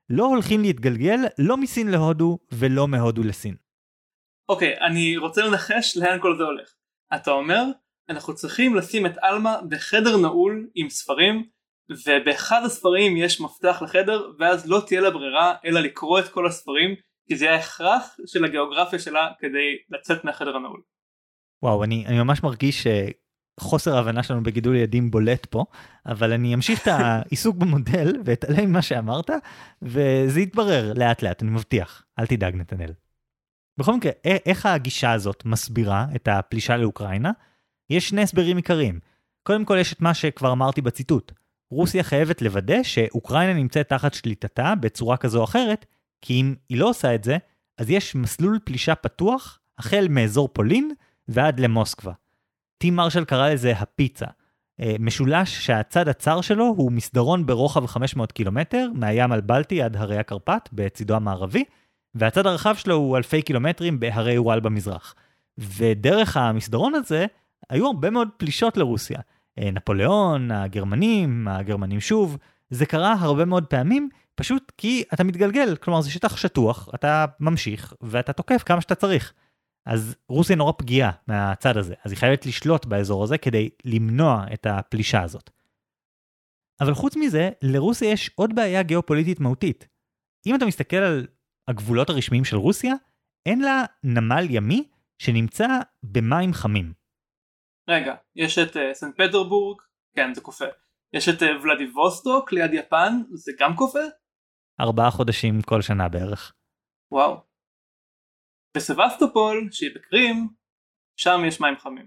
לא הולכים להתגלגל לא מסין להודו ולא מהודו לסין. אוקיי, אני רוצה לנחש לאן כל זה הולך. אתה אומר, אנחנו צריכים לשים את אלמה בחדר נעול עם ספרים, ובאחד הספרים יש מפתח לחדר, ואז לא תהיה לה ברירה אלא לקרוא את כל הספרים, כי זה היה הכרח של הגיאוגרפיה שלה כדי לצאת מהחדר הנעול. וואו, אני, אני ממש מרגיש שחוסר ההבנה שלנו בגידול ילדים בולט פה, אבל אני אמשיך את העיסוק במודל ואתעלם מה שאמרת, וזה יתברר לאט לאט, אני מבטיח. אל תדאג נתנאל. בכל מקרה, איך הגישה הזאת מסבירה את הפלישה לאוקראינה? יש שני הסברים עיקריים. קודם כל יש את מה שכבר אמרתי בציטוט. רוסיה חייבת לוודא שאוקראינה נמצאת תחת שליטתה בצורה כזו או אחרת, כי אם היא לא עושה את זה, אז יש מסלול פלישה פתוח, החל מאזור פולין ועד למוסקבה. טים מרשל קרא לזה הפיצה. משולש שהצד הצר שלו הוא מסדרון ברוחב חמש מאות קילומטר, מהים על בלטי עד הרי הקרפט בצידו המערבי, והצד הרחב שלו הוא אלפי קילומטרים בהרי וואל במזרח. ודרך המסדרון הזה היו הרבה מאוד פלישות לרוסיה. נפוליאון, הגרמנים, הגרמנים שוב, זה קרה הרבה מאוד פעמים, פשוט כי אתה מתגלגל, כלומר זה שטח שטוח, אתה ממשיך ואתה תוקף כמה שאתה צריך. אז רוסיה נורא פגיעה מהצד הזה, אז היא חייבת לשלוט באזור הזה כדי למנוע את הפלישה הזאת. אבל חוץ מזה, לרוסיה יש עוד בעיה גיאופוליטית מהותית. אם אתה מסתכל על הגבולות הרשמיים של רוסיה, אין לה נמל ימי שנמצא במים חמים. רגע, יש את uh, סנט פטרבורג, כן זה קופה. יש את uh, ולדיווסטוק ליד יפן, זה גם קופה? ארבעה חודשים כל שנה בערך. וואו. בסבסטופול, שהיא בקרים, שם יש מים חמים.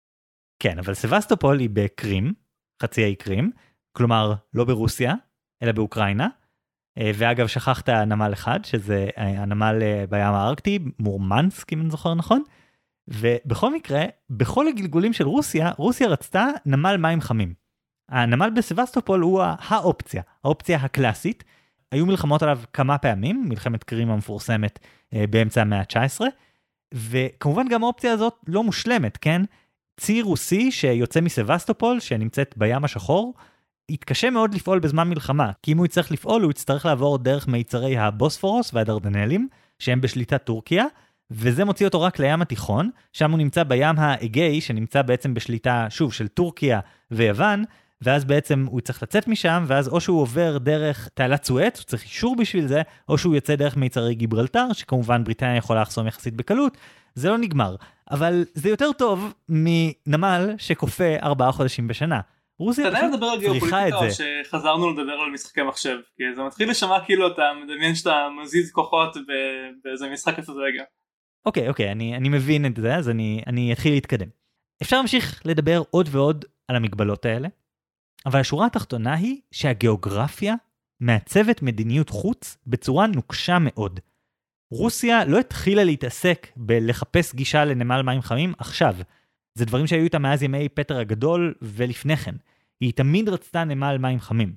כן, אבל סבסטופול היא בקרים, חצי האי קרים, כלומר לא ברוסיה, אלא באוקראינה, ואגב שכחת נמל אחד, שזה הנמל בים הארקטי, מורמנסק אם אני זוכר נכון, ובכל מקרה, בכל הגלגולים של רוסיה, רוסיה רצתה נמל מים חמים. הנמל בסבסטופול הוא האופציה, האופציה הקלאסית, היו מלחמות עליו כמה פעמים, מלחמת קרים המפורסמת באמצע המאה ה-תשע עשרה, וכמובן גם האופציה הזאת לא מושלמת, כן? צי רוסי שיוצא מסבסטופול, שנמצאת בים השחור, יתקשה מאוד לפעול בזמן מלחמה, כי אם הוא יצטרך לפעול, הוא יצטרך לעבור דרך מיצרי הבוספורוס והדרדנלים, שהם בשליטת טורקיה, וזה מוציא אותו רק לים התיכון, שם הוא נמצא בים האגאי, שנמצא בעצם בשליטה, שוב, של טורקיה ויוון, ואז בעצם הוא צריך לצאת משם, ואז או שהוא עובר דרך תעלת סואץ, הוא צריך אישור בשביל זה, או שהוא יוצא דרך מיצרי גיברלטר, שכמובן בריטניה יכולה לחסום יחסית בקלות, זה לא נגמר. אבל זה יותר טוב מנמל שקופה ארבעה חודשים בשנה. רוסיה פשוט לדבר על גיאופוליטיקה או שחזרנו לדבר על משחקי מחשב, כי זה מתחיל לשמע כאילו אתה מדמיין שאתה מזיז כוחות באיזה משחק אסטרטגיה. אוקיי, אוקיי, אני, אני מבין את זה, אז אני, אני אתחיל להתקדם. אפשר להמשיך לדבר עוד ועוד על המגבלות האלה, אבל השורה התחתונה היא שהגיאוגרפיה מעצבת מדיניות חוץ בצורה נוקשה מאוד. רוסיה לא התחילה להתעסק בלחפש גישה לנמל מים חמים עכשיו. זה דברים שהיו איתה מאז ימי פטר הגדול ולפני כן. היא תמיד רצתה נמל מים חמים.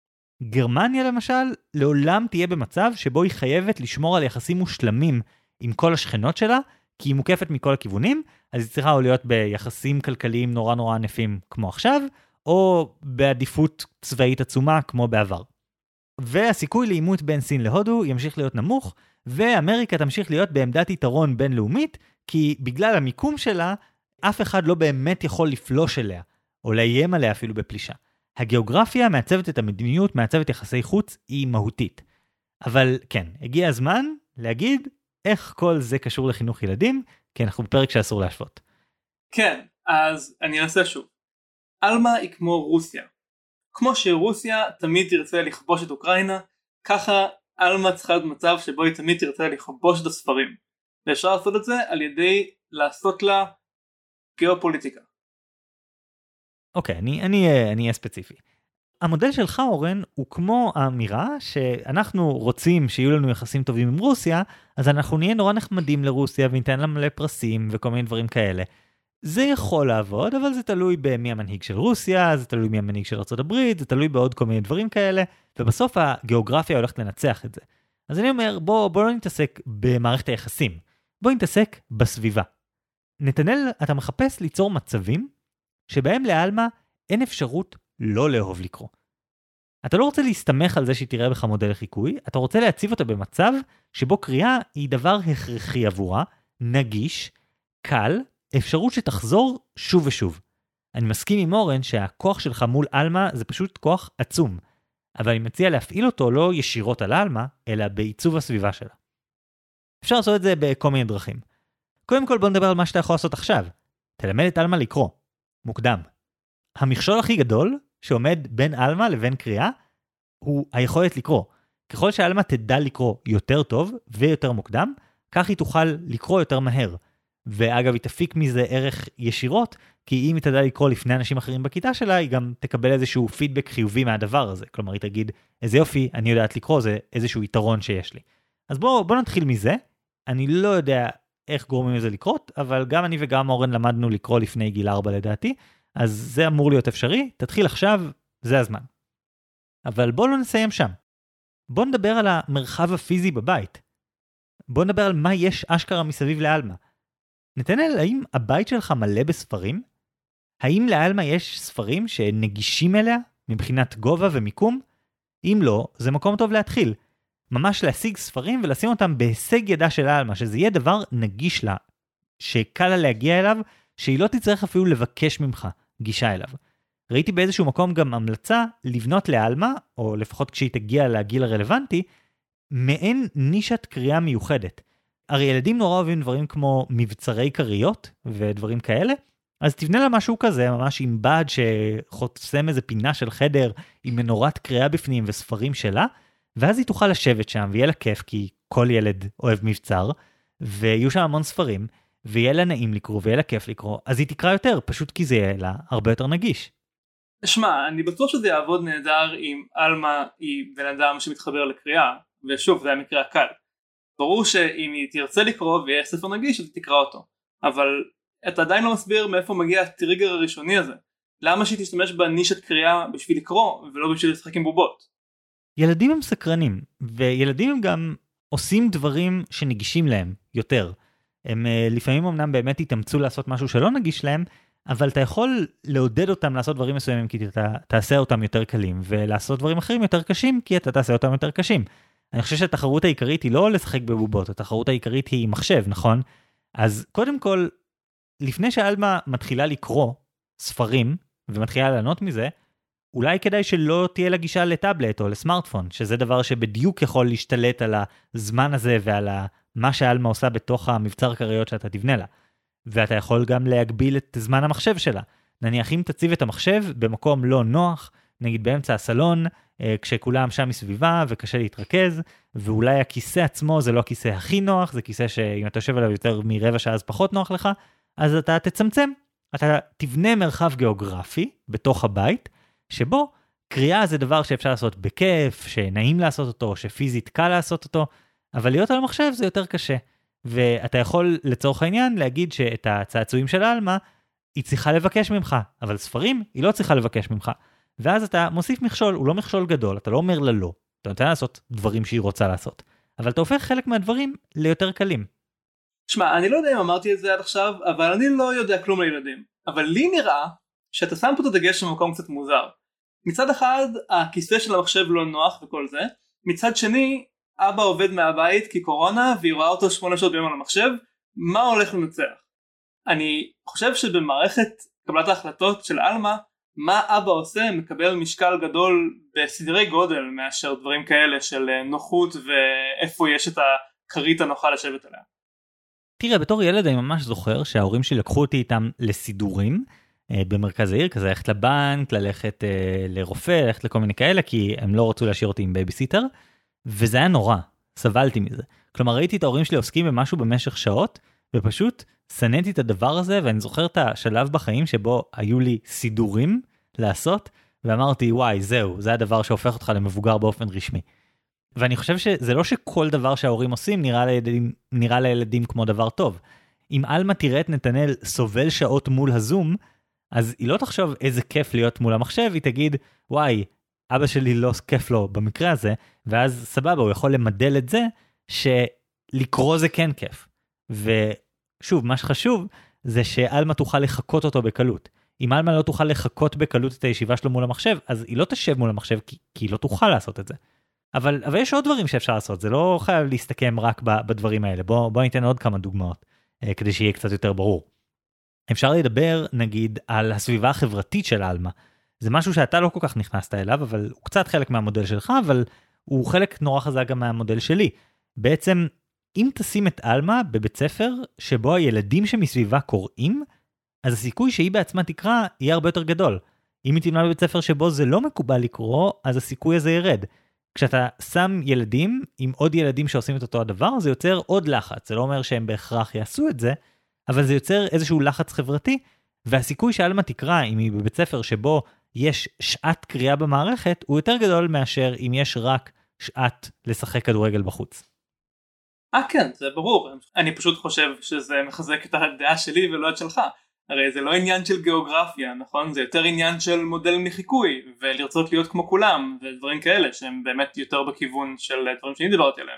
גרמניה למשל לעולם תהיה במצב שבו היא חייבת לשמור על יחסים מושלמים עם כל השכנות שלה, כי היא מוקפת מכל הכיוונים, אז היא צריכה או להיות ביחסים כלכליים נורא נורא ענפים כמו עכשיו, או בעדיפות צבאית עצומה כמו בעבר. והסיכוי לאימות בין סין להודו ימשיך להיות נמוך, ואמריקה תמשיך להיות בעמדת יתרון בינלאומית, כי בגלל המיקום שלה, אף אחד לא באמת יכול לפלוש אליה, או לאיים עליה אפילו בפלישה. הגיאוגרפיה מעצבת את המדיניות, מעצבת יחסי חוץ, היא מהותית. אבל כן, הגיע הזמן להגיד איך כל זה קשור לחינוך ילדים, כי אנחנו בפרק שאסור להשוות. כן, אז אני אנסה שוב. אלמה היא כמו רוסיה. כמו שרוסיה תמיד תרצה לכבוש את אוקראינה, ככה אלמה צריכה להיות מצב שבו היא תמיד תרצה לכבוש את הספרים. ואפשר לעשות את זה על ידי לעשות לה גיאופוליטיקה. אוקיי, אני, אני, אני אהיה ספציפי. המודל שלך, אורן, הוא כמו האמירה שאנחנו רוצים שיהיו לנו יחסים טובים עם רוסיה, אז אנחנו נהיה נורא נחמדים לרוסיה וניתן לה מלא פרסים וכל מיני דברים כאלה. זה יכול לעבוד, אבל זה תלוי במי המנהיג של רוסיה, זה תלוי מי המנהיג של ארצות הברית, זה תלוי בעוד כל מיני דברים כאלה, ובסוף הגיאוגרפיה הולכת לנצח את זה. אז אני אומר, בוא, בוא לא נתעסק במערכת היחסים, בוא נתעסק בסביבה. נתנאל, אתה מחפש ליצור מצבים שבהם לאלמה אין אפשרות לא לאהוב לקרוא. אתה לא רוצה להסתמך על זה שהיא תראה בך מודל לחיקוי, אתה רוצה להציב אותה במצב שבו קריאה היא דבר הכרחי עבורה, נגיש, קל, אפשרות שתחזור שוב ושוב. אני מסכים עם אורן שהכוח שלך מול אלמה זה פשוט כוח עצום, אבל אני מציע להפעיל אותו לא ישירות על אלמה, אלא בעיצוב הסביבה שלה. אפשר לעשות את זה בכל מיני דרכים. קודם כל בוא נדבר על מה שאתה יכול לעשות עכשיו. תלמד את אלמה לקרוא. מוקדם. המכשול הכי גדול שעומד בין אלמה לבין קריאה, הוא היכולת לקרוא. ככל שאלמה תדע לקרוא יותר טוב ויותר מוקדם, כך היא תוכל לקרוא יותר מהר. ואגב, היא תפיק מזה ערך ישירות, כי אם היא תדע לקרוא לפני אנשים אחרים בכיתה שלה, היא גם תקבל איזשהו פידבק חיובי מהדבר הזה. כלומר, היא תגיד, איזה יופי, אני יודעת לקרוא, זה איזשהו יתרון שיש לי. אז בואו בוא נתחיל מזה. אני לא יודע איך גורמים לזה לקרות, אבל גם אני וגם אורן למדנו לקרוא לפני גיל ארבע לדעתי, אז זה אמור להיות אפשרי, תתחיל עכשיו, זה הזמן. אבל בואו לא נסיים שם. בואו נדבר על המרחב הפיזי בבית. בואו נדבר על מה יש אשכרה מסביב לאלמה. נתנאל, האם הבית שלך מלא בספרים? האם לאלמה יש ספרים שנגישים אליה מבחינת גובה ומיקום? אם לא, זה מקום טוב להתחיל. ממש להשיג ספרים ולשים אותם בהישג ידה של אלמה, שזה יהיה דבר נגיש לה, שקל לה להגיע אליו, שהיא לא תצטרך אפילו לבקש ממך גישה אליו. ראיתי באיזשהו מקום גם המלצה לבנות לאלמה, או לפחות כשהיא תגיע לגיל הרלוונטי, מעין נישת קריאה מיוחדת. הרי ילדים נורא אוהבים דברים כמו מבצרי קריות ודברים כאלה, אז תבנה לה משהו כזה, ממש עם בד שחוסם איזה פינה של חדר עם מנורת קריאה בפנים וספרים שלה, ואז היא תוכל לשבת שם ויהיה לה כיף, כי כל ילד אוהב מבצר, ויהיו שם המון ספרים, ויהיה לה נעים לקרוא ויהיה לה כיף לקרוא, אז היא תקרא יותר, פשוט כי זה יהיה לה הרבה יותר נגיש. שמע, אני בטוח שזה יעבוד נהדר אם אלמה היא בן אדם שמתחבר לקריאה, ושוב, זה המקרה הקל. ברור שאם היא תרצה לקרוא ויהיה ספר נגיש, אז היא תקרא אותו. אבל אתה עדיין לא מסביר מאיפה מגיע הטריגר הראשוני הזה. למה שהיא תשתמש בנישת קריאה בשביל לקרוא, ולא בשביל לשחק עם בובות? ילדים הם סקרנים, וילדים הם גם עושים דברים שנגישים להם יותר. הם לפעמים אמנם באמת יתאמצו לעשות משהו שלא נגיש להם, אבל אתה יכול לעודד אותם לעשות דברים מסוימים, כי אתה תעשה אותם יותר קלים, ולעשות דברים אחרים יותר קשים, כי אתה תעשה אותם יותר קשים. אני חושב שהתחרות העיקרית היא לא לשחק בבובות, התחרות העיקרית היא מחשב, נכון? אז קודם כל, לפני שאלמה מתחילה לקרוא ספרים, ומתחילה לענות מזה, אולי כדאי שלא תהיה לה גישה לטאבלט או לסמארטפון, שזה דבר שבדיוק יכול להשתלט על הזמן הזה ועל מה שאלמה עושה בתוך המבצר קריות שאתה תבנה לה. ואתה יכול גם להגביל את זמן המחשב שלה. נניח אם תציב את המחשב במקום לא נוח, נגיד באמצע הסלון, כשכולם שם מסביבה וקשה להתרכז, ואולי הכיסא עצמו זה לא הכיסא הכי נוח, זה כיסא שאם אתה יושב עליו יותר מרבע שעה אז פחות נוח לך, אז אתה תצמצם. אתה תבנה מרחב גיאוגרפי בתוך הבית, שבו קריאה זה דבר שאפשר לעשות בכיף, שנעים לעשות אותו, שפיזית קל לעשות אותו, אבל להיות על המחשב זה יותר קשה. ואתה יכול לצורך העניין להגיד שאת הצעצועים של אלמה היא צריכה לבקש ממך, אבל ספרים היא לא צריכה לבקש ממך. ואז אתה מוסיף מכשול, הוא לא מכשול גדול, אתה לא אומר לה לא, אתה נותן לעשות דברים שהיא רוצה לעשות, אבל אתה הופך חלק מהדברים ליותר קלים. שמע, אני לא יודע אם אמרתי את זה עד עכשיו, אבל אני לא יודע כלום לילדים. אבל לי נראה שאתה שם פה את הדגש במקום קצת מוזר. מצד אחד, הכיסא של המחשב לא נוח וכל זה, מצד שני, אבא עובד מהבית כי קורונה, והיא רואה אותו שמונה שעות ביום על המחשב, מה הולך לנצח? אני חושב שבמערכת קבלת ההחלטות של אלמה, מה אבא עושה מקבל משקל גדול בסדרי גודל מאשר דברים כאלה של נוחות ואיפה יש את הכרית הנוחה לשבת עליה. תראה, בתור ילד אני ממש זוכר שההורים שלי לקחו אותי איתם לסידורים אה, במרכז העיר, כזה ללכת לבנק, ללכת אה, לרופא, ללכת לכל מיני כאלה, כי הם לא רצו להשאיר אותי עם בייביסיטר, וזה היה נורא, סבלתי מזה. כלומר, ראיתי את ההורים שלי עוסקים במשהו במשך שעות, ופשוט סננתי את הדבר הזה, ואני זוכר את השלב בחיים שבו היו לי סידורים לעשות, ואמרתי, וואי, זהו, זה הדבר שהופך אותך למבוגר באופן רשמי. ואני חושב שזה לא שכל דבר שההורים עושים נראה לילדים, נראה לילדים כמו דבר טוב. אם אלמה תראה את נתנאל סובל שעות מול הזום, אז היא לא תחשוב איזה כיף להיות מול המחשב, היא תגיד, וואי, אבא שלי לא כיף לו במקרה הזה, ואז סבבה, הוא יכול למדל את זה, שלקרוא זה כן כיף. ושוב, מה שחשוב, זה שאלמה תוכל לחכות אותו בקלות. אם אלמה לא תוכל לחכות בקלות את הישיבה שלו מול המחשב, אז היא לא תשב מול המחשב, כי, כי היא לא תוכל לעשות את זה. אבל, אבל יש עוד דברים שאפשר לעשות, זה לא חייב להסתכם רק בדברים האלה. בוא, בוא ניתן עוד כמה דוגמאות, כדי שיהיה קצת יותר ברור. אפשר לדבר, נגיד, על הסביבה החברתית של אלמה. זה משהו שאתה לא כל כך נכנסת אליו, אבל הוא קצת חלק מהמודל שלך, אבל הוא חלק נורא חזק גם מהמודל שלי. בעצם, אם תשים את אלמה בבית ספר שבו הילדים שמסביבה קוראים, אז הסיכוי שהיא בעצמה תקרא יהיה הרבה יותר גדול. אם היא תלמד בבית ספר שבו זה לא מקובל לקרוא, אז הסיכוי הזה ירד. כשאתה שם ילדים עם עוד ילדים שעושים את אותו הדבר, זה יוצר עוד לחץ. זה לא אומר שהם בהכרח יעשו את זה, אבל זה יוצר איזשהו לחץ חברתי, והסיכוי שאלמה תקרא אם היא בבית ספר שבו יש שעת קריאה במערכת, הוא יותר גדול מאשר אם יש רק שעת לשחק כדורגל בחוץ. אה כן, זה ברור. אני פשוט חושב שזה מחזק את הדעה שלי ולא את שלך. הרי זה לא עניין של גיאוגרפיה, נכון? זה יותר עניין של מודל מחיקוי, ולרצות להיות כמו כולם, ודברים כאלה שהם באמת יותר בכיוון של דברים שאני דיברתי עליהם.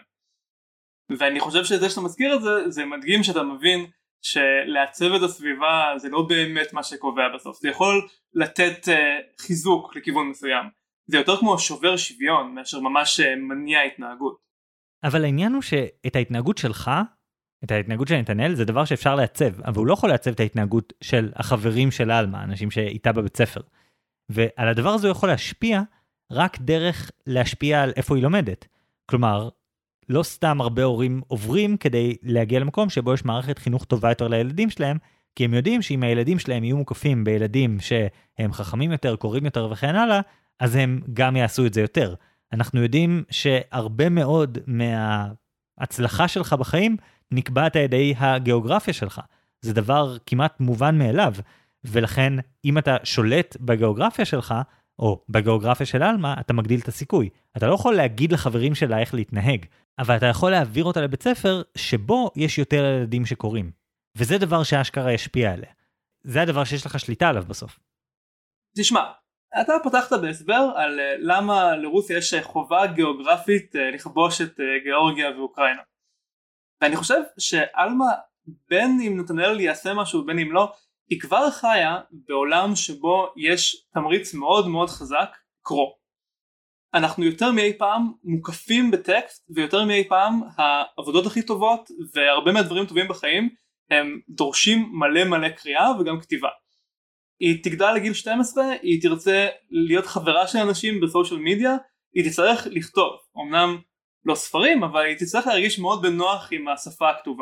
ואני חושב שזה שאתה מזכיר את זה, זה מדגים שאתה מבין שלעצב את הסביבה זה לא באמת מה שקובע בסוף. זה יכול לתת uh, חיזוק לכיוון מסוים. זה יותר כמו שובר שוויון, מאשר ממש מניע התנהגות. אבל העניין הוא שאת ההתנהגות שלך, את ההתנהגות של נתנאל, זה דבר שאפשר לעצב, אבל הוא לא יכול לעצב את ההתנהגות של החברים של אלמה, אנשים שאיתה בבית ספר. ועל הדבר הזה הוא יכול להשפיע רק דרך להשפיע על איפה היא לומדת. כלומר, לא סתם הרבה הורים עוברים כדי להגיע למקום שבו יש מערכת חינוך טובה יותר לילדים שלהם, כי הם יודעים שאם הילדים שלהם יהיו מוקפים בילדים שהם חכמים יותר, קוראים יותר וכן הלאה, אז הם גם יעשו את זה יותר. אנחנו יודעים שהרבה מאוד מההצלחה שלך בחיים נקבעת על ידי הגיאוגרפיה שלך. זה דבר כמעט מובן מאליו, ולכן אם אתה שולט בגיאוגרפיה שלך, או בגיאוגרפיה של אלמה, אתה מגדיל את הסיכוי. אתה לא יכול להגיד לחברים שלה איך להתנהג, אבל אתה יכול להעביר אותה לבית ספר שבו יש יותר ילדים שקוראים. וזה דבר שהאשכרה ישפיע עליה. זה הדבר שיש לך שליטה עליו בסוף. תשמע, אתה פתחת בהסבר על למה לרוסיה יש חובה גיאוגרפית לכבוש את גיאורגיה ואוקראינה. ואני חושב שאלמה, בין אם נתנאל יעשה משהו בין אם לא, היא כבר חיה בעולם שבו יש תמריץ מאוד מאוד חזק קרוא. אנחנו יותר מאי פעם מוקפים בטקסט, ויותר מאי פעם העבודות הכי טובות והרבה מהדברים טובים בחיים הם דורשים מלא מלא קריאה וגם כתיבה. היא תגדל לגיל שתים עשרה, היא תרצה להיות חברה של אנשים בסושיאל מדיה, היא תצטרך לכתוב, אמנם לא ספרים, אבל היא תצטרך להרגיש מאוד בנוח עם השפה הכתובה.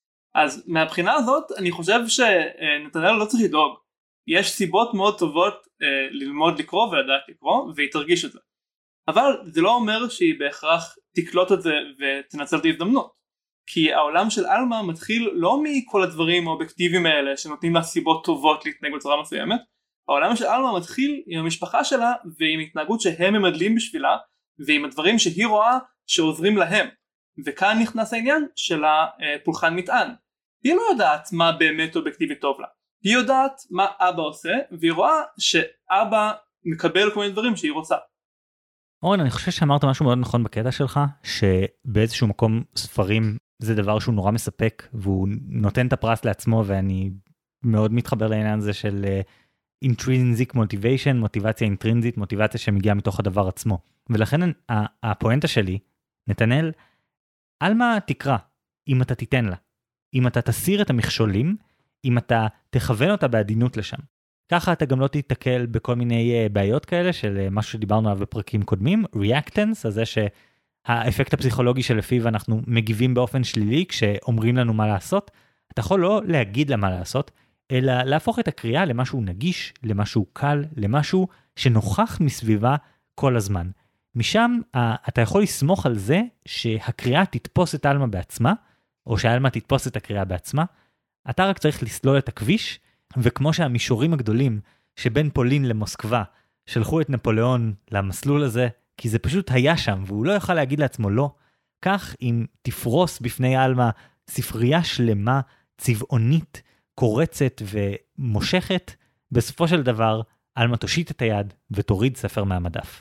אז מהבחינה הזאת אני חושב שנתנאל לא צריך לדאוג. יש סיבות מאוד טובות אה, ללמוד לקרוא ולדעת לקרוא, והיא תרגיש את זה. אבל זה לא אומר שהיא בהכרח תקלוט את זה ותנצל את ההזדמנות. כי העולם של אלמה מתחיל לא מכל הדברים האובייקטיביים האלה שנותנים לה סיבות טובות להתנהג בצורה מסוימת. העולם של אלמה מתחיל עם המשפחה שלה ועם התנהגות שהם ממדלים בשבילה, ועם הדברים שהיא רואה שעוזרים להם. וכאן נכנס העניין של הפולחן מטען. היא לא יודעת מה באמת אובייקטיבי טוב לה. היא יודעת מה אבא עושה, והיא רואה שאבא מקבל כל מיני דברים שהיא רוצה. אורן, אני חושב שאמרת משהו מאוד נכון בקטע שלך, שבאיזשהו מקום ספרים זה דבר שהוא נורא מספק, והוא נותן את הפרס לעצמו, ואני מאוד מתחבר לעניין הזה של uh, intrinsic motivation, מוטיבציה אינטרינזית, מוטיבציה שמגיעה מתוך הדבר עצמו. ולכן הפואנטה שלי, נתנאל, אלמה תקרא, אם אתה תיתן לה. אם אתה תסיר את המכשולים, אם אתה תכוון אותה בעדינות לשם. ככה אתה גם לא תתקל בכל מיני uh, בעיות כאלה, של uh, משהו שדיברנו עליו בפרקים קודמים, reactance, הזה שהאפקט הפסיכולוגי שלפיו אנחנו מגיבים באופן שלילי, כשאומרים לנו מה לעשות, אתה יכול לא להגיד לה מה לעשות, אלא להפוך את הקריאה למשהו נגיש, למשהו קל, למשהו שנוכח מסביבה כל הזמן. משם uh, אתה יכול לסמוך על זה שהקריאה תתפוס את אלמה בעצמה, או שאלמה תתפוס את הקריאה בעצמה, אתה רק צריך לסלול את הכביש, וכמו שהמישורים הגדולים שבין פולין למוסקבה שלחו את נפוליאון למסלול הזה, כי זה פשוט היה שם, והוא לא יוכל להגיד לעצמו לא, כך אם תפרוס בפני אלמה ספרייה שלמה, צבעונית, קורצת ומושכת, בסופו של דבר אלמה תושיט את היד ותוריד ספר מהמדף.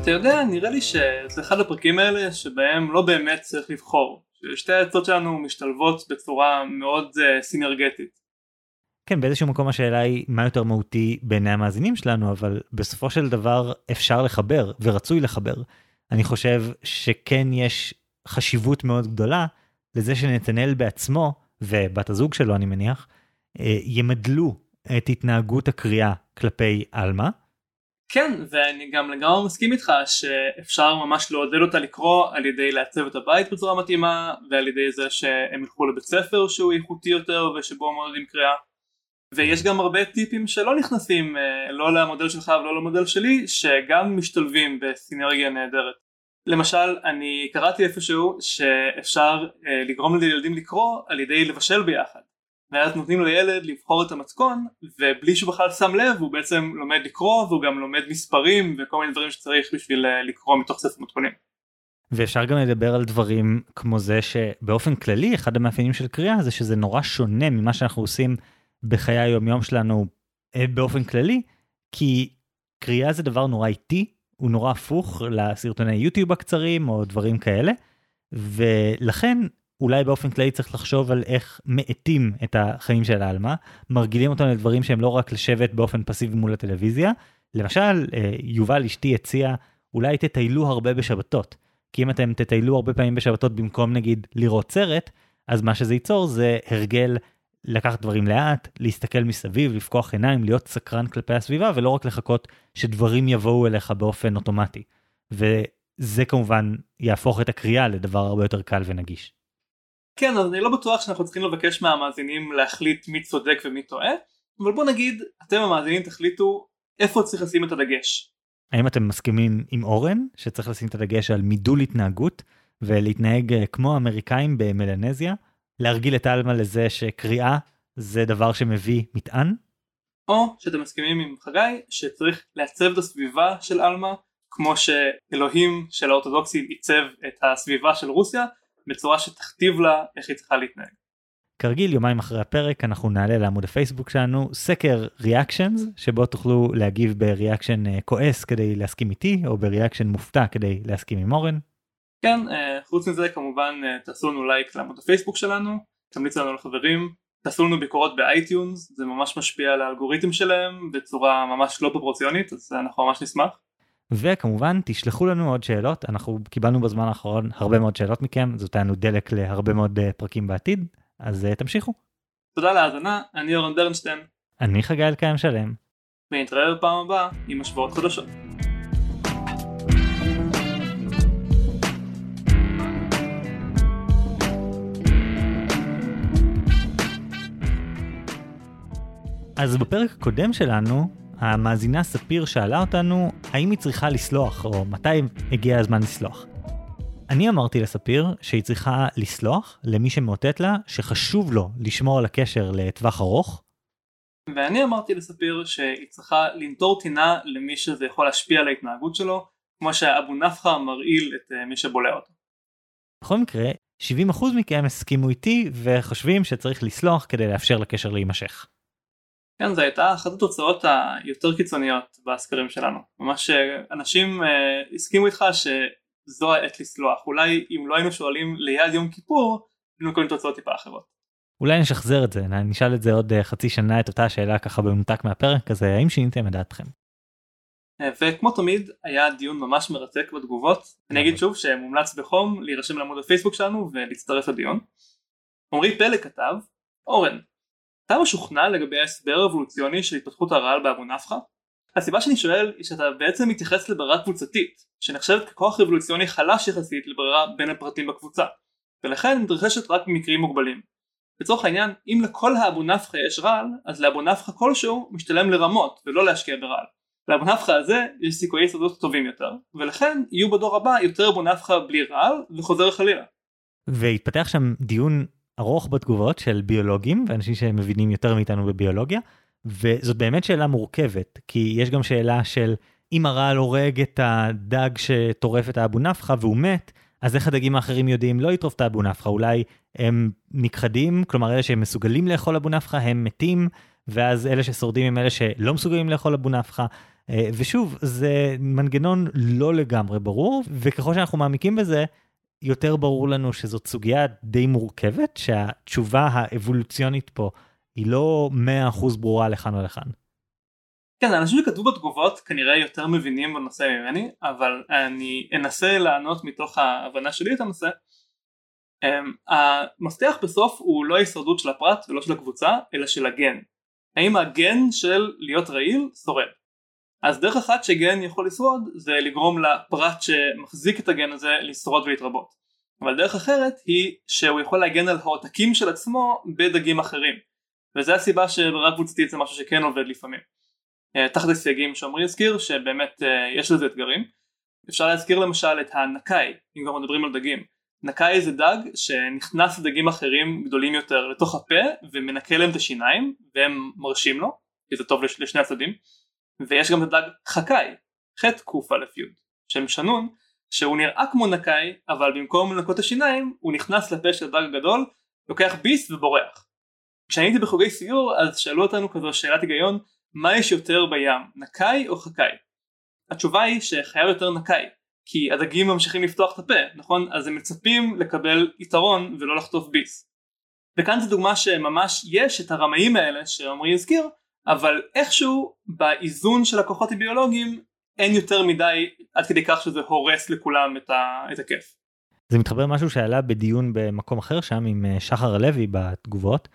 אתה יודע, נראה לי שזה אחד הפרקים האלה שבהם לא באמת צריך לבחור. ששתי העצות שלנו משתלבות בצורה מאוד uh, סינרגטית. כן, באיזשהו מקום השאלה היא מה יותר מהותי בעיני המאזינים שלנו, אבל בסופו של דבר אפשר לחבר ורצוי לחבר. אני חושב שכן יש חשיבות מאוד גדולה לזה שנתנאל בעצמו, ובת הזוג שלו אני מניח, ימדלו את התנהגות הקריאה כלפי אלמה. כן, ואני גם לגמרי מסכים איתך שאפשר ממש לעודד אותה לקרוא על ידי לעצב את הבית בצורה מתאימה, ועל ידי זה שהם ילכו לבית ספר שהוא איכותי יותר ושבו מעודדים קריאה. ויש גם הרבה טיפים שלא נכנסים לא למודל שלך ולא למודל שלי, שגם משתלבים בסינרגיה נהדרת. למשל, אני קראתי איפשהו שאפשר לגרום לילדים לקרוא על ידי לבשל ביחד. ואז נותנים לילד לבחור את המתכון, ובלי שהוא בכלל שם לב, הוא בעצם לומד לקרוא, והוא גם לומד מספרים וכל מיני דברים שצריך בשביל לקרוא מתוך ספר מתכונים. ואפשר גם לדבר על דברים כמו זה שבאופן כללי, אחד המאפיינים של קריאה זה שזה נורא שונה ממה שאנחנו עושים בחיי היום יום שלנו באופן כללי, כי קריאה זה דבר נורא איטי, הוא נורא הפוך לסרטוני יוטיוב הקצרים או דברים כאלה, ולכן אולי באופן כללי צריך לחשוב על איך מאטים את החיים של האלמה, מרגילים אותם לדברים שהם לא רק לשבת באופן פסיבי מול הטלוויזיה. למשל, יובל אשתי הציע, אולי תטיילו הרבה בשבתות, כי אם אתם תטיילו הרבה פעמים בשבתות במקום נגיד לראות סרט, אז מה שזה ייצור זה הרגל לקחת דברים לאט, להסתכל מסביב, לפקוח עיניים, להיות סקרן כלפי הסביבה, ולא רק לחכות שדברים יבואו אליך באופן אוטומטי. וזה כמובן יהפוך את הקריאה לדבר הרבה יותר קל ונגיש. כן, אז אני לא בטוח שאנחנו צריכים לבקש מהמאזינים להחליט מי צודק ומי טועה, אבל בוא נגיד, אתם המאזינים תחליטו איפה צריך לשים את הדגש. האם אתם מסכימים עם אורן, שצריך לשים את הדגש על מידול התנהגות, ולהתנהג כמו האמריקאים במלנזיה, להרגיל את אלמה לזה שקריאה זה דבר שמביא מטען? או שאתם מסכימים עם חגי שצריך לעצב את הסביבה של אלמה, כמו שאלוהים של האורתודוקסים ייצב את הסביבה של רוסיה, בצורה שתכתיב לה איך היא צריכה להתנהג. כרגיל, יומיים אחרי הפרק אנחנו נעלה לעמוד הפייסבוק שלנו סקר ריאקשנס, שבו תוכלו להגיב בריאקשן כועס כדי להסכים איתי, או בריאקשן מופתע כדי להסכים עם אורן. כן, חוץ מזה כמובן תעשו לנו לייק לעמוד הפייסבוק שלנו, תמליצו לנו לחברים, תעשו לנו ביקורות באייטיונס, זה ממש משפיע על האלגוריתם שלהם בצורה ממש לא פרופורציונית, אז אנחנו ממש נשמח. וכמובן תשלחו לנו עוד שאלות, אנחנו קיבלנו בזמן האחרון הרבה מאוד שאלות מכם, זאת היינו דלק להרבה מאוד פרקים בעתיד, אז תמשיכו. תודה להאזנה, אני אורן ברנשטיין. אני חגי אלקיים שלם. ונתראה בפעם הבאה עם השוואות חדשות. אז בפרק הקודם שלנו, המאזינה ספיר שאלה אותנו האם היא צריכה לסלוח, או מתי הגיע הזמן לסלוח. אני אמרתי לספיר שהיא צריכה לסלוח למי שמאותת לה שחשוב לו לשמור על הקשר לטווח ארוך. ואני אמרתי לספיר שהיא צריכה לנטור טינה למי שזה יכול להשפיע על ההתנהגות שלו, כמו שהאבו נפחה מרעיל את מי שבולע אותו. בכל מקרה, שבעים אחוז מכם הסכימו איתי וחושבים שצריך לסלוח כדי לאפשר לקשר להימשך. כן, זו הייתה אחת התוצאות היותר קיצוניות בסקרים שלנו. ממש אנשים אה, הסכימו איתך שזו העת לסלוח. אולי אם לא היינו שואלים ליד יום כיפור, היינו קוראים תוצאות טיפה אחרות. אולי נשחזר את זה, נשאל את זה עוד חצי שנה את אותה שאלה ככה במנותק מהפרק, אז האם שיניתם את דעתכם? וכמו תמיד היה דיון ממש מרתק בתגובות. אני אגיד שוב שמומלץ בחום להירשם לעמוד הפייסבוק שלנו ולהצטרף לדיון. עמרי פלא כתב, אורן, אתה משוכנע לגבי ההסבר האבולוציוני של התפתחות הרעל באבו נפחה? הסיבה שאני שואל היא שאתה בעצם מתייחס לברירה קבוצתית, שנחשבת ככוח אבולוציוני חלש יחסית לברירה בין הפרטים בקבוצה, ולכן מתרחשת רק במקרים מוגבלים. לצורך העניין, אם לכל האבו נפחה יש רעל, אז לאבו נפחה כלשהו משתלם לרמות ולא להשקיע ברעל. לאבו נפחה הזה יש סיכויי שרדות טובים יותר, ולכן יהיו בדור הבא יותר אבו נפחה בלי רעל וחוזר חלילה. והתפתח שם דיון ארוך בתגובות של ביולוגים ואנשים שמבינים יותר מאיתנו בביולוגיה, וזאת באמת שאלה מורכבת, כי יש גם שאלה של אם הרעל הורג את הדג שטורף את האבו נפחה והוא מת, אז איך הדגים האחרים יודעים לא לטרוף את האבו נפחה? אולי הם נכחדים, כלומר אלה שהם מסוגלים לאכול אבו נפחה הם מתים, ואז אלה ששורדים הם אלה שלא מסוגלים לאכול אבו נפחה, ושוב, זה מנגנון לא לגמרי ברור, וככל שאנחנו מעמיקים בזה, יותר ברור לנו שזאת סוגיה די מורכבת, שהתשובה האבולוציונית פה היא לא מאה אחוז ברורה לכאן או לכאן. כן, האנשים שכתבו בתגובות כנראה יותר מבינים בנושא ממני, אבל אני אנסה לענות מתוך ההבנה שלי את הנושא. המפתח בסוף הוא לא ההישרדות של הפרט ולא של הקבוצה, אלא של הגן. האם הגן של להיות רעיל שורד? אז דרך אחת שגן יכול לשרוד זה לגרום לפרט שמחזיק את הגן הזה לשרוד ולהתרבות. אבל דרך אחרת היא שהוא יכול להגן על העותקים של עצמו בדגים אחרים. וזו הסיבה שברירה קבוצתית זה משהו שכן עובד לפעמים. תחת הסייגים שעמרי הזכיר שבאמת יש לזה אתגרים. אפשר להזכיר למשל את הנקאי, אם כבר מדברים על דגים. נקאי זה דג שנכנס לדגים אחרים גדולים יותר לתוך הפה ומנקה להם את השיניים והם מרשים לו, כי זה טוב לשני הצדדים. ויש גם את הדג חקאי, ח' קוף א' י', שם שנון, שהוא נראה כמו נקאי, אבל במקום לנקות השיניים, הוא נכנס לפה של הדג הגדול, לוקח ביס ובורח. כשאני הייתי בחוגי סיור, אז שאלו אותנו כזו שאלת היגיון, מה יש יותר בים, נקאי או חקאי? התשובה היא שחייב יותר נקאי, כי הדגים ממשיכים לפתוח את הפה, נכון? אז הם מצפים לקבל יתרון ולא לחטוף ביס. וכאן זו דוגמה שממש יש את הרמאים האלה שעמרי הזכיר, אבל איכשהו באיזון של הכוחות הביולוגיים אין יותר מדי עד כדי כך שזה הורס לכולם את, ה... את הכיף. זה מתחבר משהו שעלה בדיון במקום אחר שם עם שחר לוי בתגובות,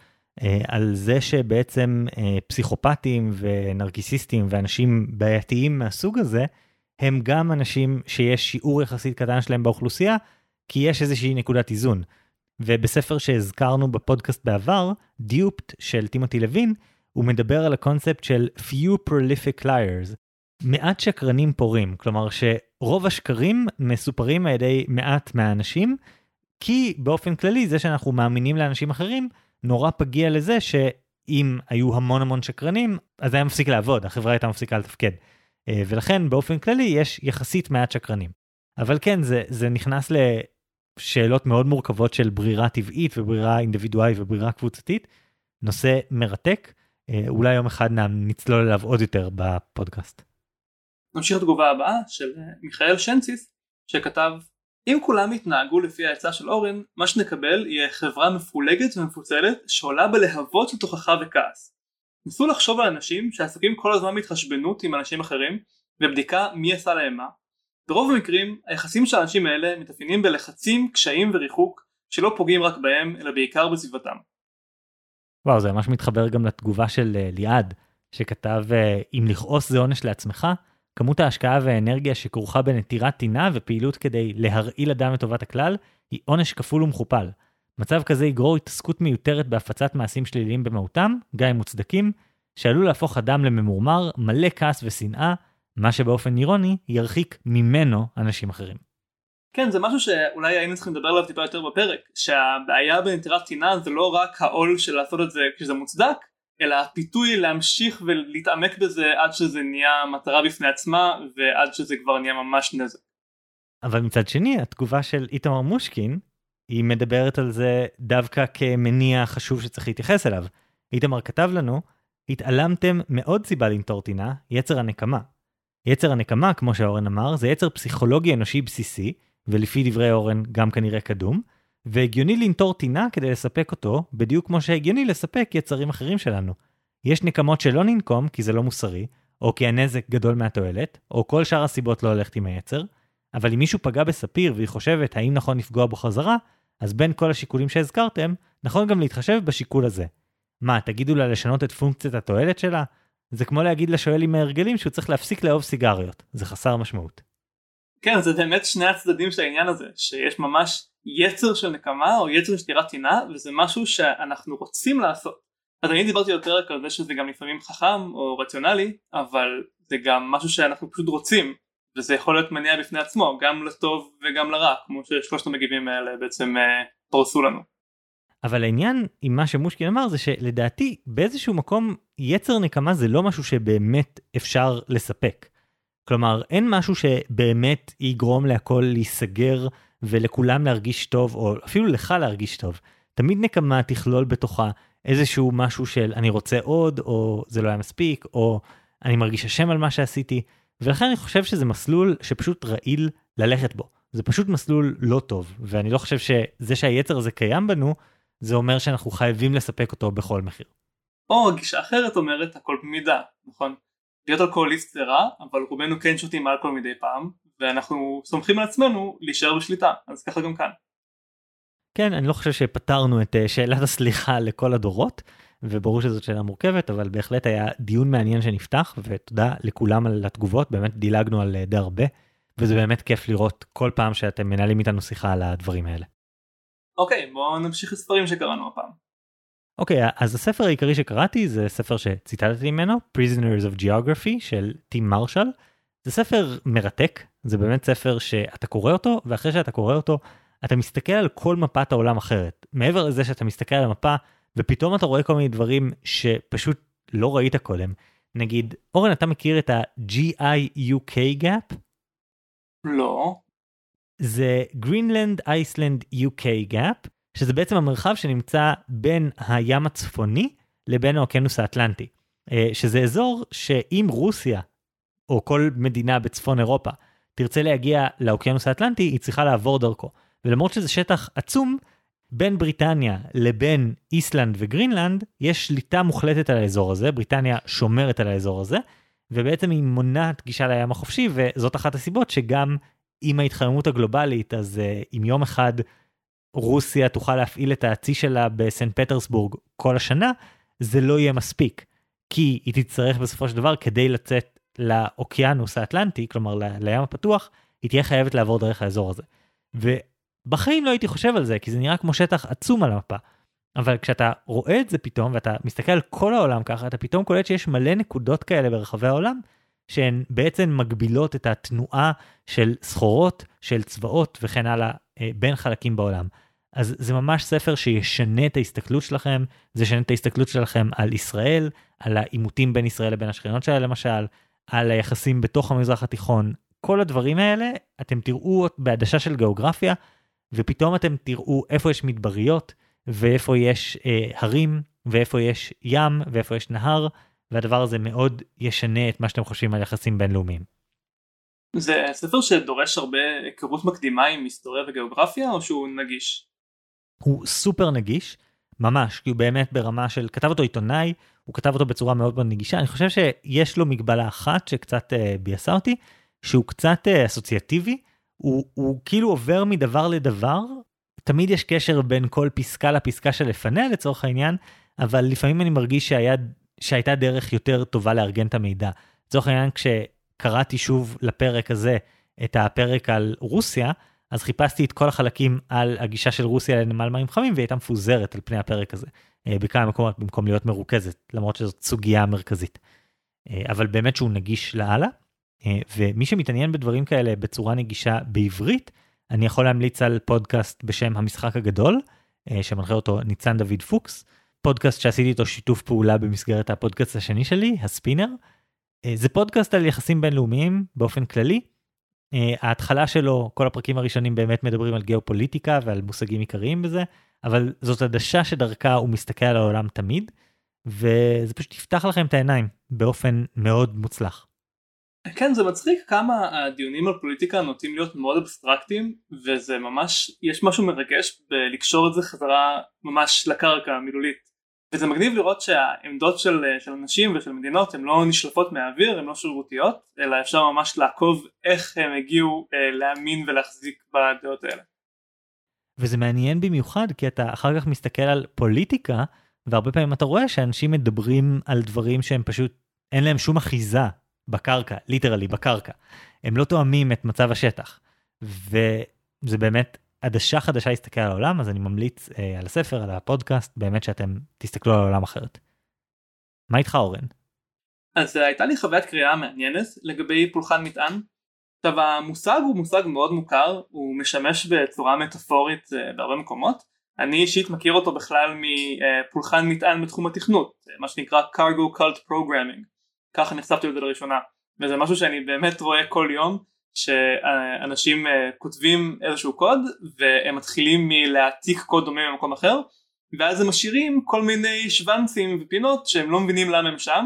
על זה שבעצם פסיכופטים ונרקיסיסטים ואנשים בעייתיים מהסוג הזה, הם גם אנשים שיש שיעור יחסית קטן שלהם באוכלוסייה, כי יש איזושהי נקודת איזון. ובספר שהזכרנו בפודקאסט בעבר, דיופט של טימותי לוין, הוא מדבר על הקונספט של few prolific liars, מעט שקרנים פורים, כלומר שרוב השקרים מסופרים על ידי מעט מהאנשים, כי באופן כללי זה שאנחנו מאמינים לאנשים אחרים, נורא פגיע לזה שאם היו המון המון שקרנים, אז היה מפסיק לעבוד, החברה הייתה מפסיקה לתפקד. ולכן באופן כללי יש יחסית מעט שקרנים. אבל כן, זה, זה נכנס לשאלות מאוד מורכבות של ברירה טבעית וברירה אינדיבידואלית וברירה קבוצתית, נושא מרתק, אולי יום אחד נצלול אליו עוד יותר בפודקאסט. נמשיך לתגובה הבאה של מיכאל שנציס, שכתב, אם כולם יתנהגו לפי העצה של אורן, מה שנקבל יהיה חברה מפולגת ומפוצלת שעולה בלהבות של תוכחה וכעס. ניסו לחשוב על אנשים שעסוקים כל הזמן בהתחשבנות עם אנשים אחרים ובדיקה מי עשה להם מה. ברוב המקרים היחסים של האנשים האלה מתאפיינים בלחצים, קשיים וריחוק שלא פוגעים רק בהם אלא בעיקר בסביבתם. וואו, זה ממש מתחבר גם לתגובה של ליעד שכתב, אם לכעוס זה עונש לעצמך, כמות ההשקעה והאנרגיה שכרוכה בנטירת טינה ופעילות כדי להרעיל אדם לטובת הכלל היא עונש כפול ומכופל. מצב כזה יגרור התעסקות מיותרת בהפצת מעשים שליליים במהותם, גם אם מוצדקים, שעלול להפוך אדם לממורמר, מלא כעס ושנאה, מה שבאופן אירוני ירחיק ממנו אנשים אחרים. כן, זה משהו שאולי היינו צריכים לדבר עליו טיפה יותר בפרק, שהבעיה בנטירת טינה זה לא רק העול של לעשות את זה כשזה מוצדק, אלא הפיתוי להמשיך ולהתעמק בזה עד שזה נהיה מטרה בפני עצמה, ועד שזה כבר נהיה ממש נזק. אבל מצד שני, התגובה של איתמר מושקין, היא מדברת על זה דווקא כמניע חשוב שצריך להתייחס אליו. איתמר כתב לנו, התעלמתם מאוד סיבה לנטור טינה, יצר הנקמה. יצר הנקמה, כמו שאורן אמר, זה יצר פסיכולוגי אנושי בסיסי, ולפי דברי אורן גם כנראה קדום, והגיוני לנטור טינה כדי לספק אותו, בדיוק כמו שהגיוני לספק יצרים אחרים שלנו. יש נקמות שלא ננקום כי זה לא מוסרי, או כי הנזק גדול מהתועלת, או כל שאר הסיבות לא הולכת עם היצר, אבל אם מישהו פגע בספיר והיא חושבת האם נכון לפגוע בו חזרה, אז בין כל השיקולים שהזכרתם, נכון גם להתחשב בשיקול הזה. מה, תגידו לה לשנות את פונקציית התועלת שלה? זה כמו להגיד לשואל עם ההרגלים שהוא צריך להפסיק לאהוב סיגריות. זה חסר משמעות. כן, זה באמת שני הצדדים של העניין הזה, שיש ממש יצר של נקמה או יצר של נטירת טינה, וזה משהו שאנחנו רוצים לעשות. אז אני דיברתי יותר על זה שזה גם לפעמים חכם או רציונלי, אבל זה גם משהו שאנחנו פשוט רוצים, וזה יכול להיות מניע בפני עצמו, גם לטוב וגם לרע, כמו ששלושת המגיבים האלה בעצם אה, פרסו לנו. אבל העניין עם מה שמושקין אמר זה שלדעתי באיזשהו מקום יצר נקמה זה לא משהו שבאמת אפשר לספק. כלומר, אין משהו שבאמת יגרום להכל להיסגר ולכולם להרגיש טוב, או אפילו לך להרגיש טוב. תמיד נקמה תכלול בתוכה איזשהו משהו של אני רוצה עוד, או זה לא היה מספיק, או אני מרגיש אשם על מה שעשיתי, ולכן אני חושב שזה מסלול שפשוט רעיל ללכת בו. זה פשוט מסלול לא טוב, ואני לא חושב שזה שהיצר הזה קיים בנו, זה אומר שאנחנו חייבים לספק אותו בכל מחיר. או גישה אחרת אומרת הכל במידה, נכון? להיות אלכוהוליסט זה רע, אבל רובנו כן שותים אלכוהול מדי פעם, ואנחנו סומכים על עצמנו להישאר בשליטה, אז ככה גם כאן. כן, אני לא חושב שפתרנו את שאלת הסליחה לכל הדורות, וברור שזאת שאלה מורכבת, אבל בהחלט היה דיון מעניין שנפתח, ותודה לכולם על התגובות, באמת דילגנו על די הרבה, וזה באמת כיף לראות כל פעם שאתם מנהלים איתנו שיחה על הדברים האלה. אוקיי, בואו נמשיך לספרים שקראנו הפעם. אוקיי, אז הספר העיקרי שקראתי זה ספר שציטטתי ממנו, Prisoners of Geography של טים מרשל. זה ספר מרתק, זה באמת ספר שאתה קורא אותו, ואחרי שאתה קורא אותו, אתה מסתכל על כל מפת העולם אחרת. מעבר לזה שאתה מסתכל על המפה, ופתאום אתה רואה כל מיני דברים שפשוט לא ראית קודם. נגיד, אורן, אתה מכיר את ה-ג'י איי יו קיי Gap? לא. זה Greenland Iceland יו קיי Gap, שזה בעצם המרחב שנמצא בין הים הצפוני לבין האוקיינוס האטלנטי. שזה אזור שאם רוסיה, או כל מדינה בצפון אירופה, תרצה להגיע לאוקיינוס האטלנטי, היא צריכה לעבור דרכו. ולמרות שזה שטח עצום, בין בריטניה לבין איסלנד וגרינלנד, יש שליטה מוחלטת על האזור הזה, בריטניה שומרת על האזור הזה, ובעצם היא מונעת גישה לים החופשי, וזאת אחת הסיבות שגם עם ההתחממות הגלובלית, אז uh, אם יום אחד רוסיה תוכל להפעיל את הצי שלה בסנט פטרסבורג כל השנה, זה לא יהיה מספיק, כי היא תצטרך בסופו של דבר כדי לצאת לאוקיינוס האטלנטי, כלומר ל- לים הפתוח, היא תהיה חייבת לעבור דרך האזור הזה. ובחיים לא הייתי חושב על זה, כי זה נראה כמו שטח עצום על המפה. אבל כשאתה רואה את זה פתאום, ואתה מסתכל על כל העולם ככה, אתה פתאום קולט שיש מלא נקודות כאלה ברחבי העולם, שהן בעצם מגבילות את התנועה של סחורות, של צבאות וכן הלאה, בין חלקים בעולם. אז זה ממש ספר שישנה את ההסתכלות שלכם, זה ישנה את ההסתכלות שלכם על ישראל, על העימותים בין ישראל לבין השכנות שלה למשל, על היחסים בתוך המזרח התיכון, כל הדברים האלה, אתם תראו בעדשה של גיאוגרפיה, ופתאום אתם תראו איפה יש מדבריות, ואיפה יש אה, הרים, ואיפה יש ים, ואיפה יש נהר, והדבר הזה מאוד ישנה את מה שאתם חושבים על יחסים בינלאומיים. זה ספר שדורש הרבה היכרות מקדימה עם היסטוריה וגיאוגרפיה, או שהוא נגיש? הוא סופר נגיש, ממש, כי הוא באמת ברמה של, כתב אותו עיתונאי, הוא כתב אותו בצורה מאוד מאוד נגישה, אני חושב שיש לו מגבלה אחת שקצת אה, ביאסה אותי, שהוא קצת אה, אסוציאטיבי, הוא, הוא כאילו עובר מדבר לדבר, תמיד יש קשר בין כל פסקה לפסקה שלפניה לצורך העניין, אבל לפעמים אני מרגיש שהיה, שהייתה דרך יותר טובה לארגן את המידע. לצורך העניין, כשקראתי שוב לפרק הזה, את הפרק על רוסיה, אז חיפשתי את כל החלקים על הגישה של רוסיה לנמל מים חמים, והיא הייתה מפוזרת על פני הפרק הזה, בכמה מקומות במקום להיות מרוכזת, למרות שזאת סוגיה מרכזית. אבל באמת שהוא נגיש להלאה, ומי שמתעניין בדברים כאלה בצורה נגישה בעברית, אני יכול להמליץ על פודקאסט בשם המשחק הגדול, שמנחה אותו ניצן דוד פוקס, פודקאסט שעשיתי איתו שיתוף פעולה במסגרת הפודקאסט השני שלי, הספינר. זה פודקאסט על יחסים בינלאומיים באופן כללי. ההתחלה שלו, כל הפרקים הראשונים באמת מדברים על גיאופוליטיקה ועל מושגים עיקריים בזה, אבל זאת עדשה שדרכה הוא מסתכל על העולם תמיד, וזה פשוט יפתח לכם את העיניים באופן מאוד מוצלח. כן, זה מצחיק כמה הדיונים על פוליטיקה נוטים להיות מאוד אבסטרקטיים, וזה ממש, יש משהו מרגש בלקשור את זה חזרה ממש לקרקע המילולית. וזה מגניב לראות שהעמדות של, של אנשים ושל מדינות הן לא נשלפות מהאוויר, הן לא שרירותיות, אלא אפשר ממש לעקוב איך הם הגיעו אה, להאמין ולהחזיק בדעות האלה. וזה מעניין במיוחד, כי אתה אחר כך מסתכל על פוליטיקה, והרבה פעמים אתה רואה שאנשים מדברים על דברים שהם פשוט, אין להם שום אחיזה בקרקע, ליטרלי בקרקע. הם לא תואמים את מצב השטח. וזה באמת עדשה חדשה להסתכל על העולם, אז אני ממליץ אה, על הספר, על הפודקאסט, באמת שאתם תסתכלו על העולם אחרת. מה איתך אורן? אז הייתה לי חוויית קריאה מעניינת לגבי פולחן מטען. עכשיו המושג הוא מושג מאוד מוכר, הוא משמש בצורה מטאפורית אה, בהרבה מקומות. אני אישית מכיר אותו בכלל מפולחן מטען בתחום התכנות, מה שנקרא Cargo Cult Programming. ככה נחשפתי לזה לראשונה, וזה משהו שאני באמת רואה כל יום, שאנשים כותבים איזשהו קוד, והם מתחילים מלהעתיק קוד דומה במקום אחר, ואז הם משאירים כל מיני שוונצים ופינות, שהם לא מבינים למה הם שם,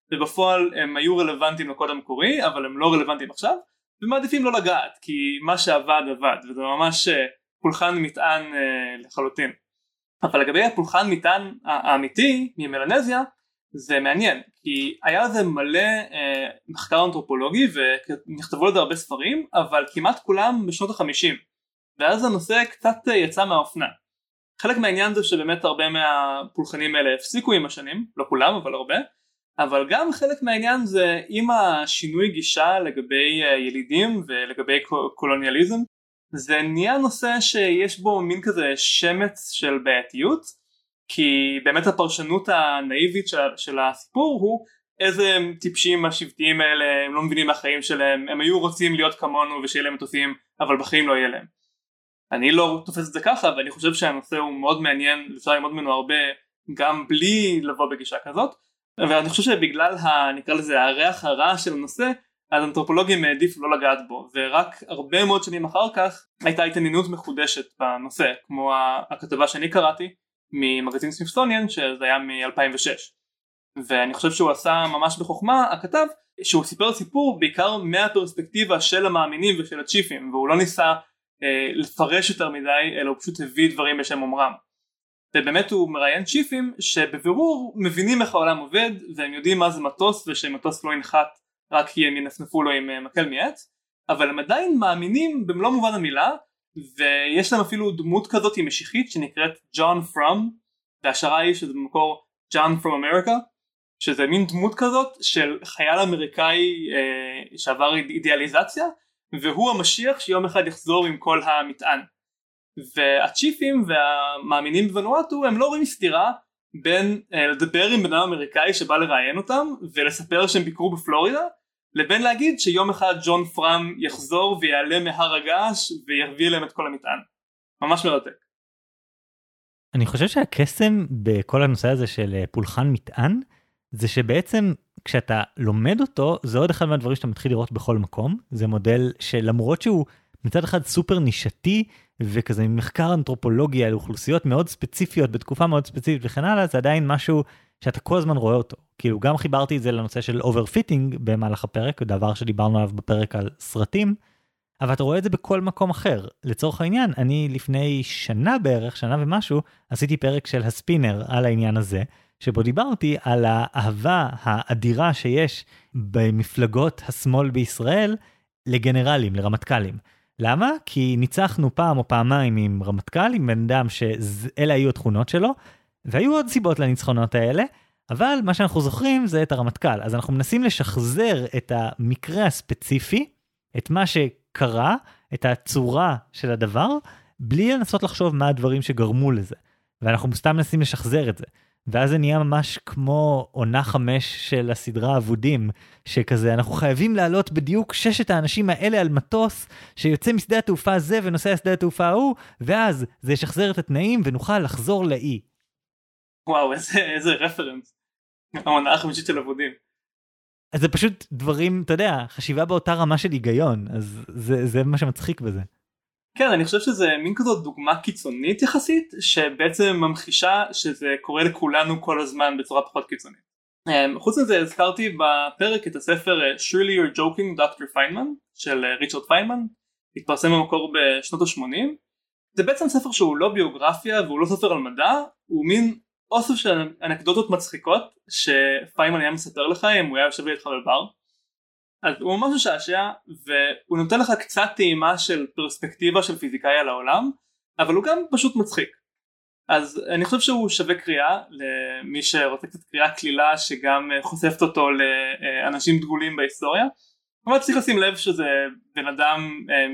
ובפועל הם היו רלוונטיים לקוד המקורי אבל הם לא רלוונטיים עכשיו, ומעדיפים לא לגעת כי מה שעבד עבד, וזה ממש פולחן מטען לחלוטין. אבל לגבי הפולחן מטען האמיתי ממלנזיה זה מעניין, כי היה לזה מלא אה, מחקר אנתרופולוגי ונכתבו לזה הרבה ספרים, אבל כמעט כולם בשנות החמישים, ואז הנושא קצת יצא מהאופנה. חלק מהעניין זה שבאמת הרבה מהפולחנים האלה הפסיקו עם השנים, לא כולם אבל הרבה, אבל גם חלק מהעניין זה עם השינוי גישה לגבי ילידים ולגבי קולוניאליזם, זה נהיה נושא שיש בו מין כזה שמץ של בעייתיות, כי באמת הפרשנות הנאיבית של, של הסיפור הוא איזה טיפשים השבטיים האלה, הם לא מבינים מהחיים שלהם, הם היו רוצים להיות כמונו ושיהיה להם מטוסים, אבל בחיים לא יהיה להם. אני לא תופס את זה ככה, ואני חושב שהנושא הוא מאוד מעניין, אפשר ללמוד ממנו הרבה גם בלי לבוא בגישה כזאת, ואני חושב שבגלל ה, נקרא לזה הריח הרע של הנושא, אז אנתרופולוגים העדיף לא לגעת בו, ורק הרבה מאוד שנים אחר כך הייתה התעניינות מחודשת בנושא, כמו הכתבה שאני קראתי ממגזין סמית'סוניאן שזה היה מ-אלפיים ושש, ואני חושב שהוא עשה ממש בחוכמה, הכתב שהוא סיפר סיפור בעיקר מהפרספקטיבה של המאמינים ושל הצ'יפים, והוא לא ניסה אה, לפרש יותר מדי, אלא הוא פשוט הביא דברים בשם אומרם, ובאמת הוא מראיין צ'יפים שבבירור מבינים איך העולם עובד, והם יודעים מה זה מטוס ושמטוס לא ינחת רק כי הם ינפנפו לו עם מקל מעץ, אבל הם עדיין מאמינים במלוא מובן המילה, ויש להם אפילו דמות כזאת משיחית שנקראת ג'ון פרום, והשערה היא שזה במקור ג'ון פרום אמריקה, שזה מין דמות כזאת של חייל אמריקאי אה, שעבר אידיאליזציה, והוא המשיח שיום אחד יחזור עם כל המטען. והצ'יפים והמאמינים בוונואטו הם לא רואים סתירה בין אה, לדבר עם בן אדם אמריקאי שבא לראיין אותם ולספר שהם ביקרו בפלורידה, לבין להגיד שיום אחד ג'ון פרם יחזור ויעלה מהר הגעש ויביא להם את כל המטען. ממש מרתק. אני חושב שהקסם בכל הנושא הזה של פולחן מטען, זה שבעצם כשאתה לומד אותו, זה עוד אחד מהדברים שאתה מתחיל לראות בכל מקום. זה מודל שלמרות שהוא מצד אחד סופר נישתי, וכזה מחקר אנתרופולוגי על אוכלוסיות מאוד ספציפיות, בתקופה מאוד ספציפית וכן הלאה, זה עדיין משהו שאתה כל הזמן רואה אותו. כאילו גם חיברתי את זה לנושא של אוברפיטינג במהלך הפרק, דבר שדיברנו עליו בפרק על סרטים, אבל אתה רואה את זה בכל מקום אחר. לצורך העניין, אני לפני שנה בערך, שנה ומשהו, עשיתי פרק של הספינר על העניין הזה, שבו דיברתי על האהבה האדירה שיש במפלגות השמאל בישראל לגנרלים, לרמטכ"לים. למה? כי ניצחנו פעם או פעמיים עם רמטכ"ל, עם בן אדם שאלה היו התכונות שלו, והיו עוד סיבות לניצחונות האלה, אבל מה שאנחנו זוכרים זה את הרמטכ"ל. אז אנחנו מנסים לשחזר את המקרה הספציפי, את מה שקרה, את הצורה של הדבר, בלי לנסות לחשוב מה הדברים שגרמו לזה. ואנחנו סתם מנסים לשחזר את זה. ואז זה נהיה ממש כמו עונה חמש של הסדרה אבודים, שכזה אנחנו חייבים לעלות בדיוק ששת האנשים האלה על מטוס, שיוצא משדה התעופה הזה ונוסע לשדה התעופה ההוא, ואז זה ישחזר את התנאים ונוכל לחזור לאי. וואו, איזה, איזה רפרנס. העונה החמישית של אבודים. אז זה פשוט דברים, אתה יודע, חשיבה באותה רמה של היגיון, אז זה, זה מה שמצחיק בזה. כן, אני חושב שזה מין כזאת דוגמה קיצונית יחסית, שבעצם ממחישה שזה קורה לכולנו כל הזמן בצורה פחות קיצונית. חוץ מזה הזכרתי בפרק את הספר Surely You're Joking, דוקטור פיינמן, של ריצ'רד פיינמן, התפרסם במקור בשנות ה-שמונים. זה בעצם ספר שהוא לא ביוגרפיה והוא לא ספר על מדע, הוא מין אוסף של אנקדוטות מצחיקות שפיינמן היה מספר לך אם הוא היה יושב לידך בבר. אז הוא ממש משעשע, והוא נותן לך קצת טעימה של פרספקטיבה של פיזיקאי על העולם, אבל הוא גם פשוט מצחיק. אז אני חושב שהוא שווה קריאה למי שרוצה קצת קריאה כלילה שגם חושפת אותו לאנשים דגולים בהיסטוריה. אבל צריך לשים לב שזה בן אדם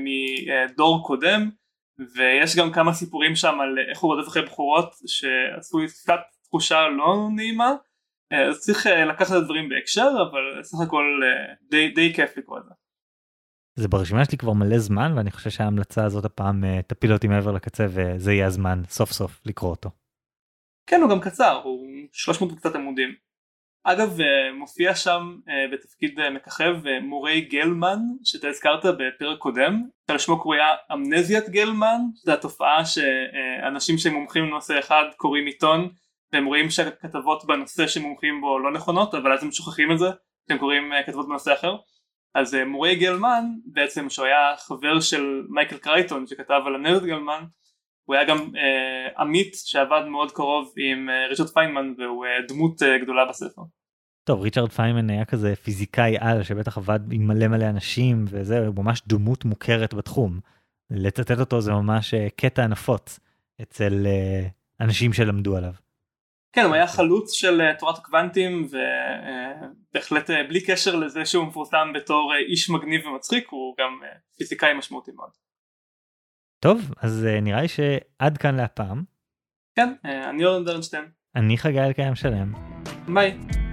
מדור קודם, ויש גם כמה סיפורים שם על איך הוא רודף אחרי בחורות שעשו קצת תחושה לא נעימה. אז צריך לקחת את הדברים בהקשר, אבל סך הכל די, די כיף לקרוא את זה. זה ברשימה שלי כבר מלא זמן, ואני חושב שההמלצה הזאת הפעם תפיל אותי מעבר לקצה, וזה יהיה הזמן סוף סוף לקרוא אותו. כן, הוא גם קצר, הוא שלוש מאות וקצת עמודים. אגב, מופיע שם בתפקיד מככב מורי גלמן, שאתה הזכרת בפרק קודם, שלשמו קרויה אמנזיית גלמן, שזו התופעה שאנשים שמומחים לנושא אחד קוראים עיתון, והם רואים שהכתבות בנושא שמומחים בו לא נכונות, אבל אז הם שוכחים את זה, כשהם קוראים כתבות בנושא אחר. אז מורי גלמן, בעצם שהוא היה חבר של מייקל קרייטון שכתב על הנרד גלמן, הוא היה גם אה, עמית שעבד מאוד קרוב עם אה, ריצ'רד פיינמן, והוא אה, דמות אה, גדולה בספר. טוב, ריצ'רד פיינמן היה כזה פיזיקאי על שבטח עבד עם מלא מלא אנשים, וזה ממש דמות מוכרת בתחום. לצטט אותו זה ממש אה, קטע נפוץ אצל אה, אנשים שלמדו עליו. כן, הוא היה חלוץ של uh, תורת הקוונטים, ובהחלט uh, uh, בלי קשר לזה שהוא מפורסם בתור uh, איש מגניב ומצחיק, הוא גם uh, פיזיקאי משמעותי מאוד. טוב, אז uh, נראה לי שעד כאן להפעם. כן, uh, אני אורן דרנשטיין. אני חגי אלקיים שלם. ביי.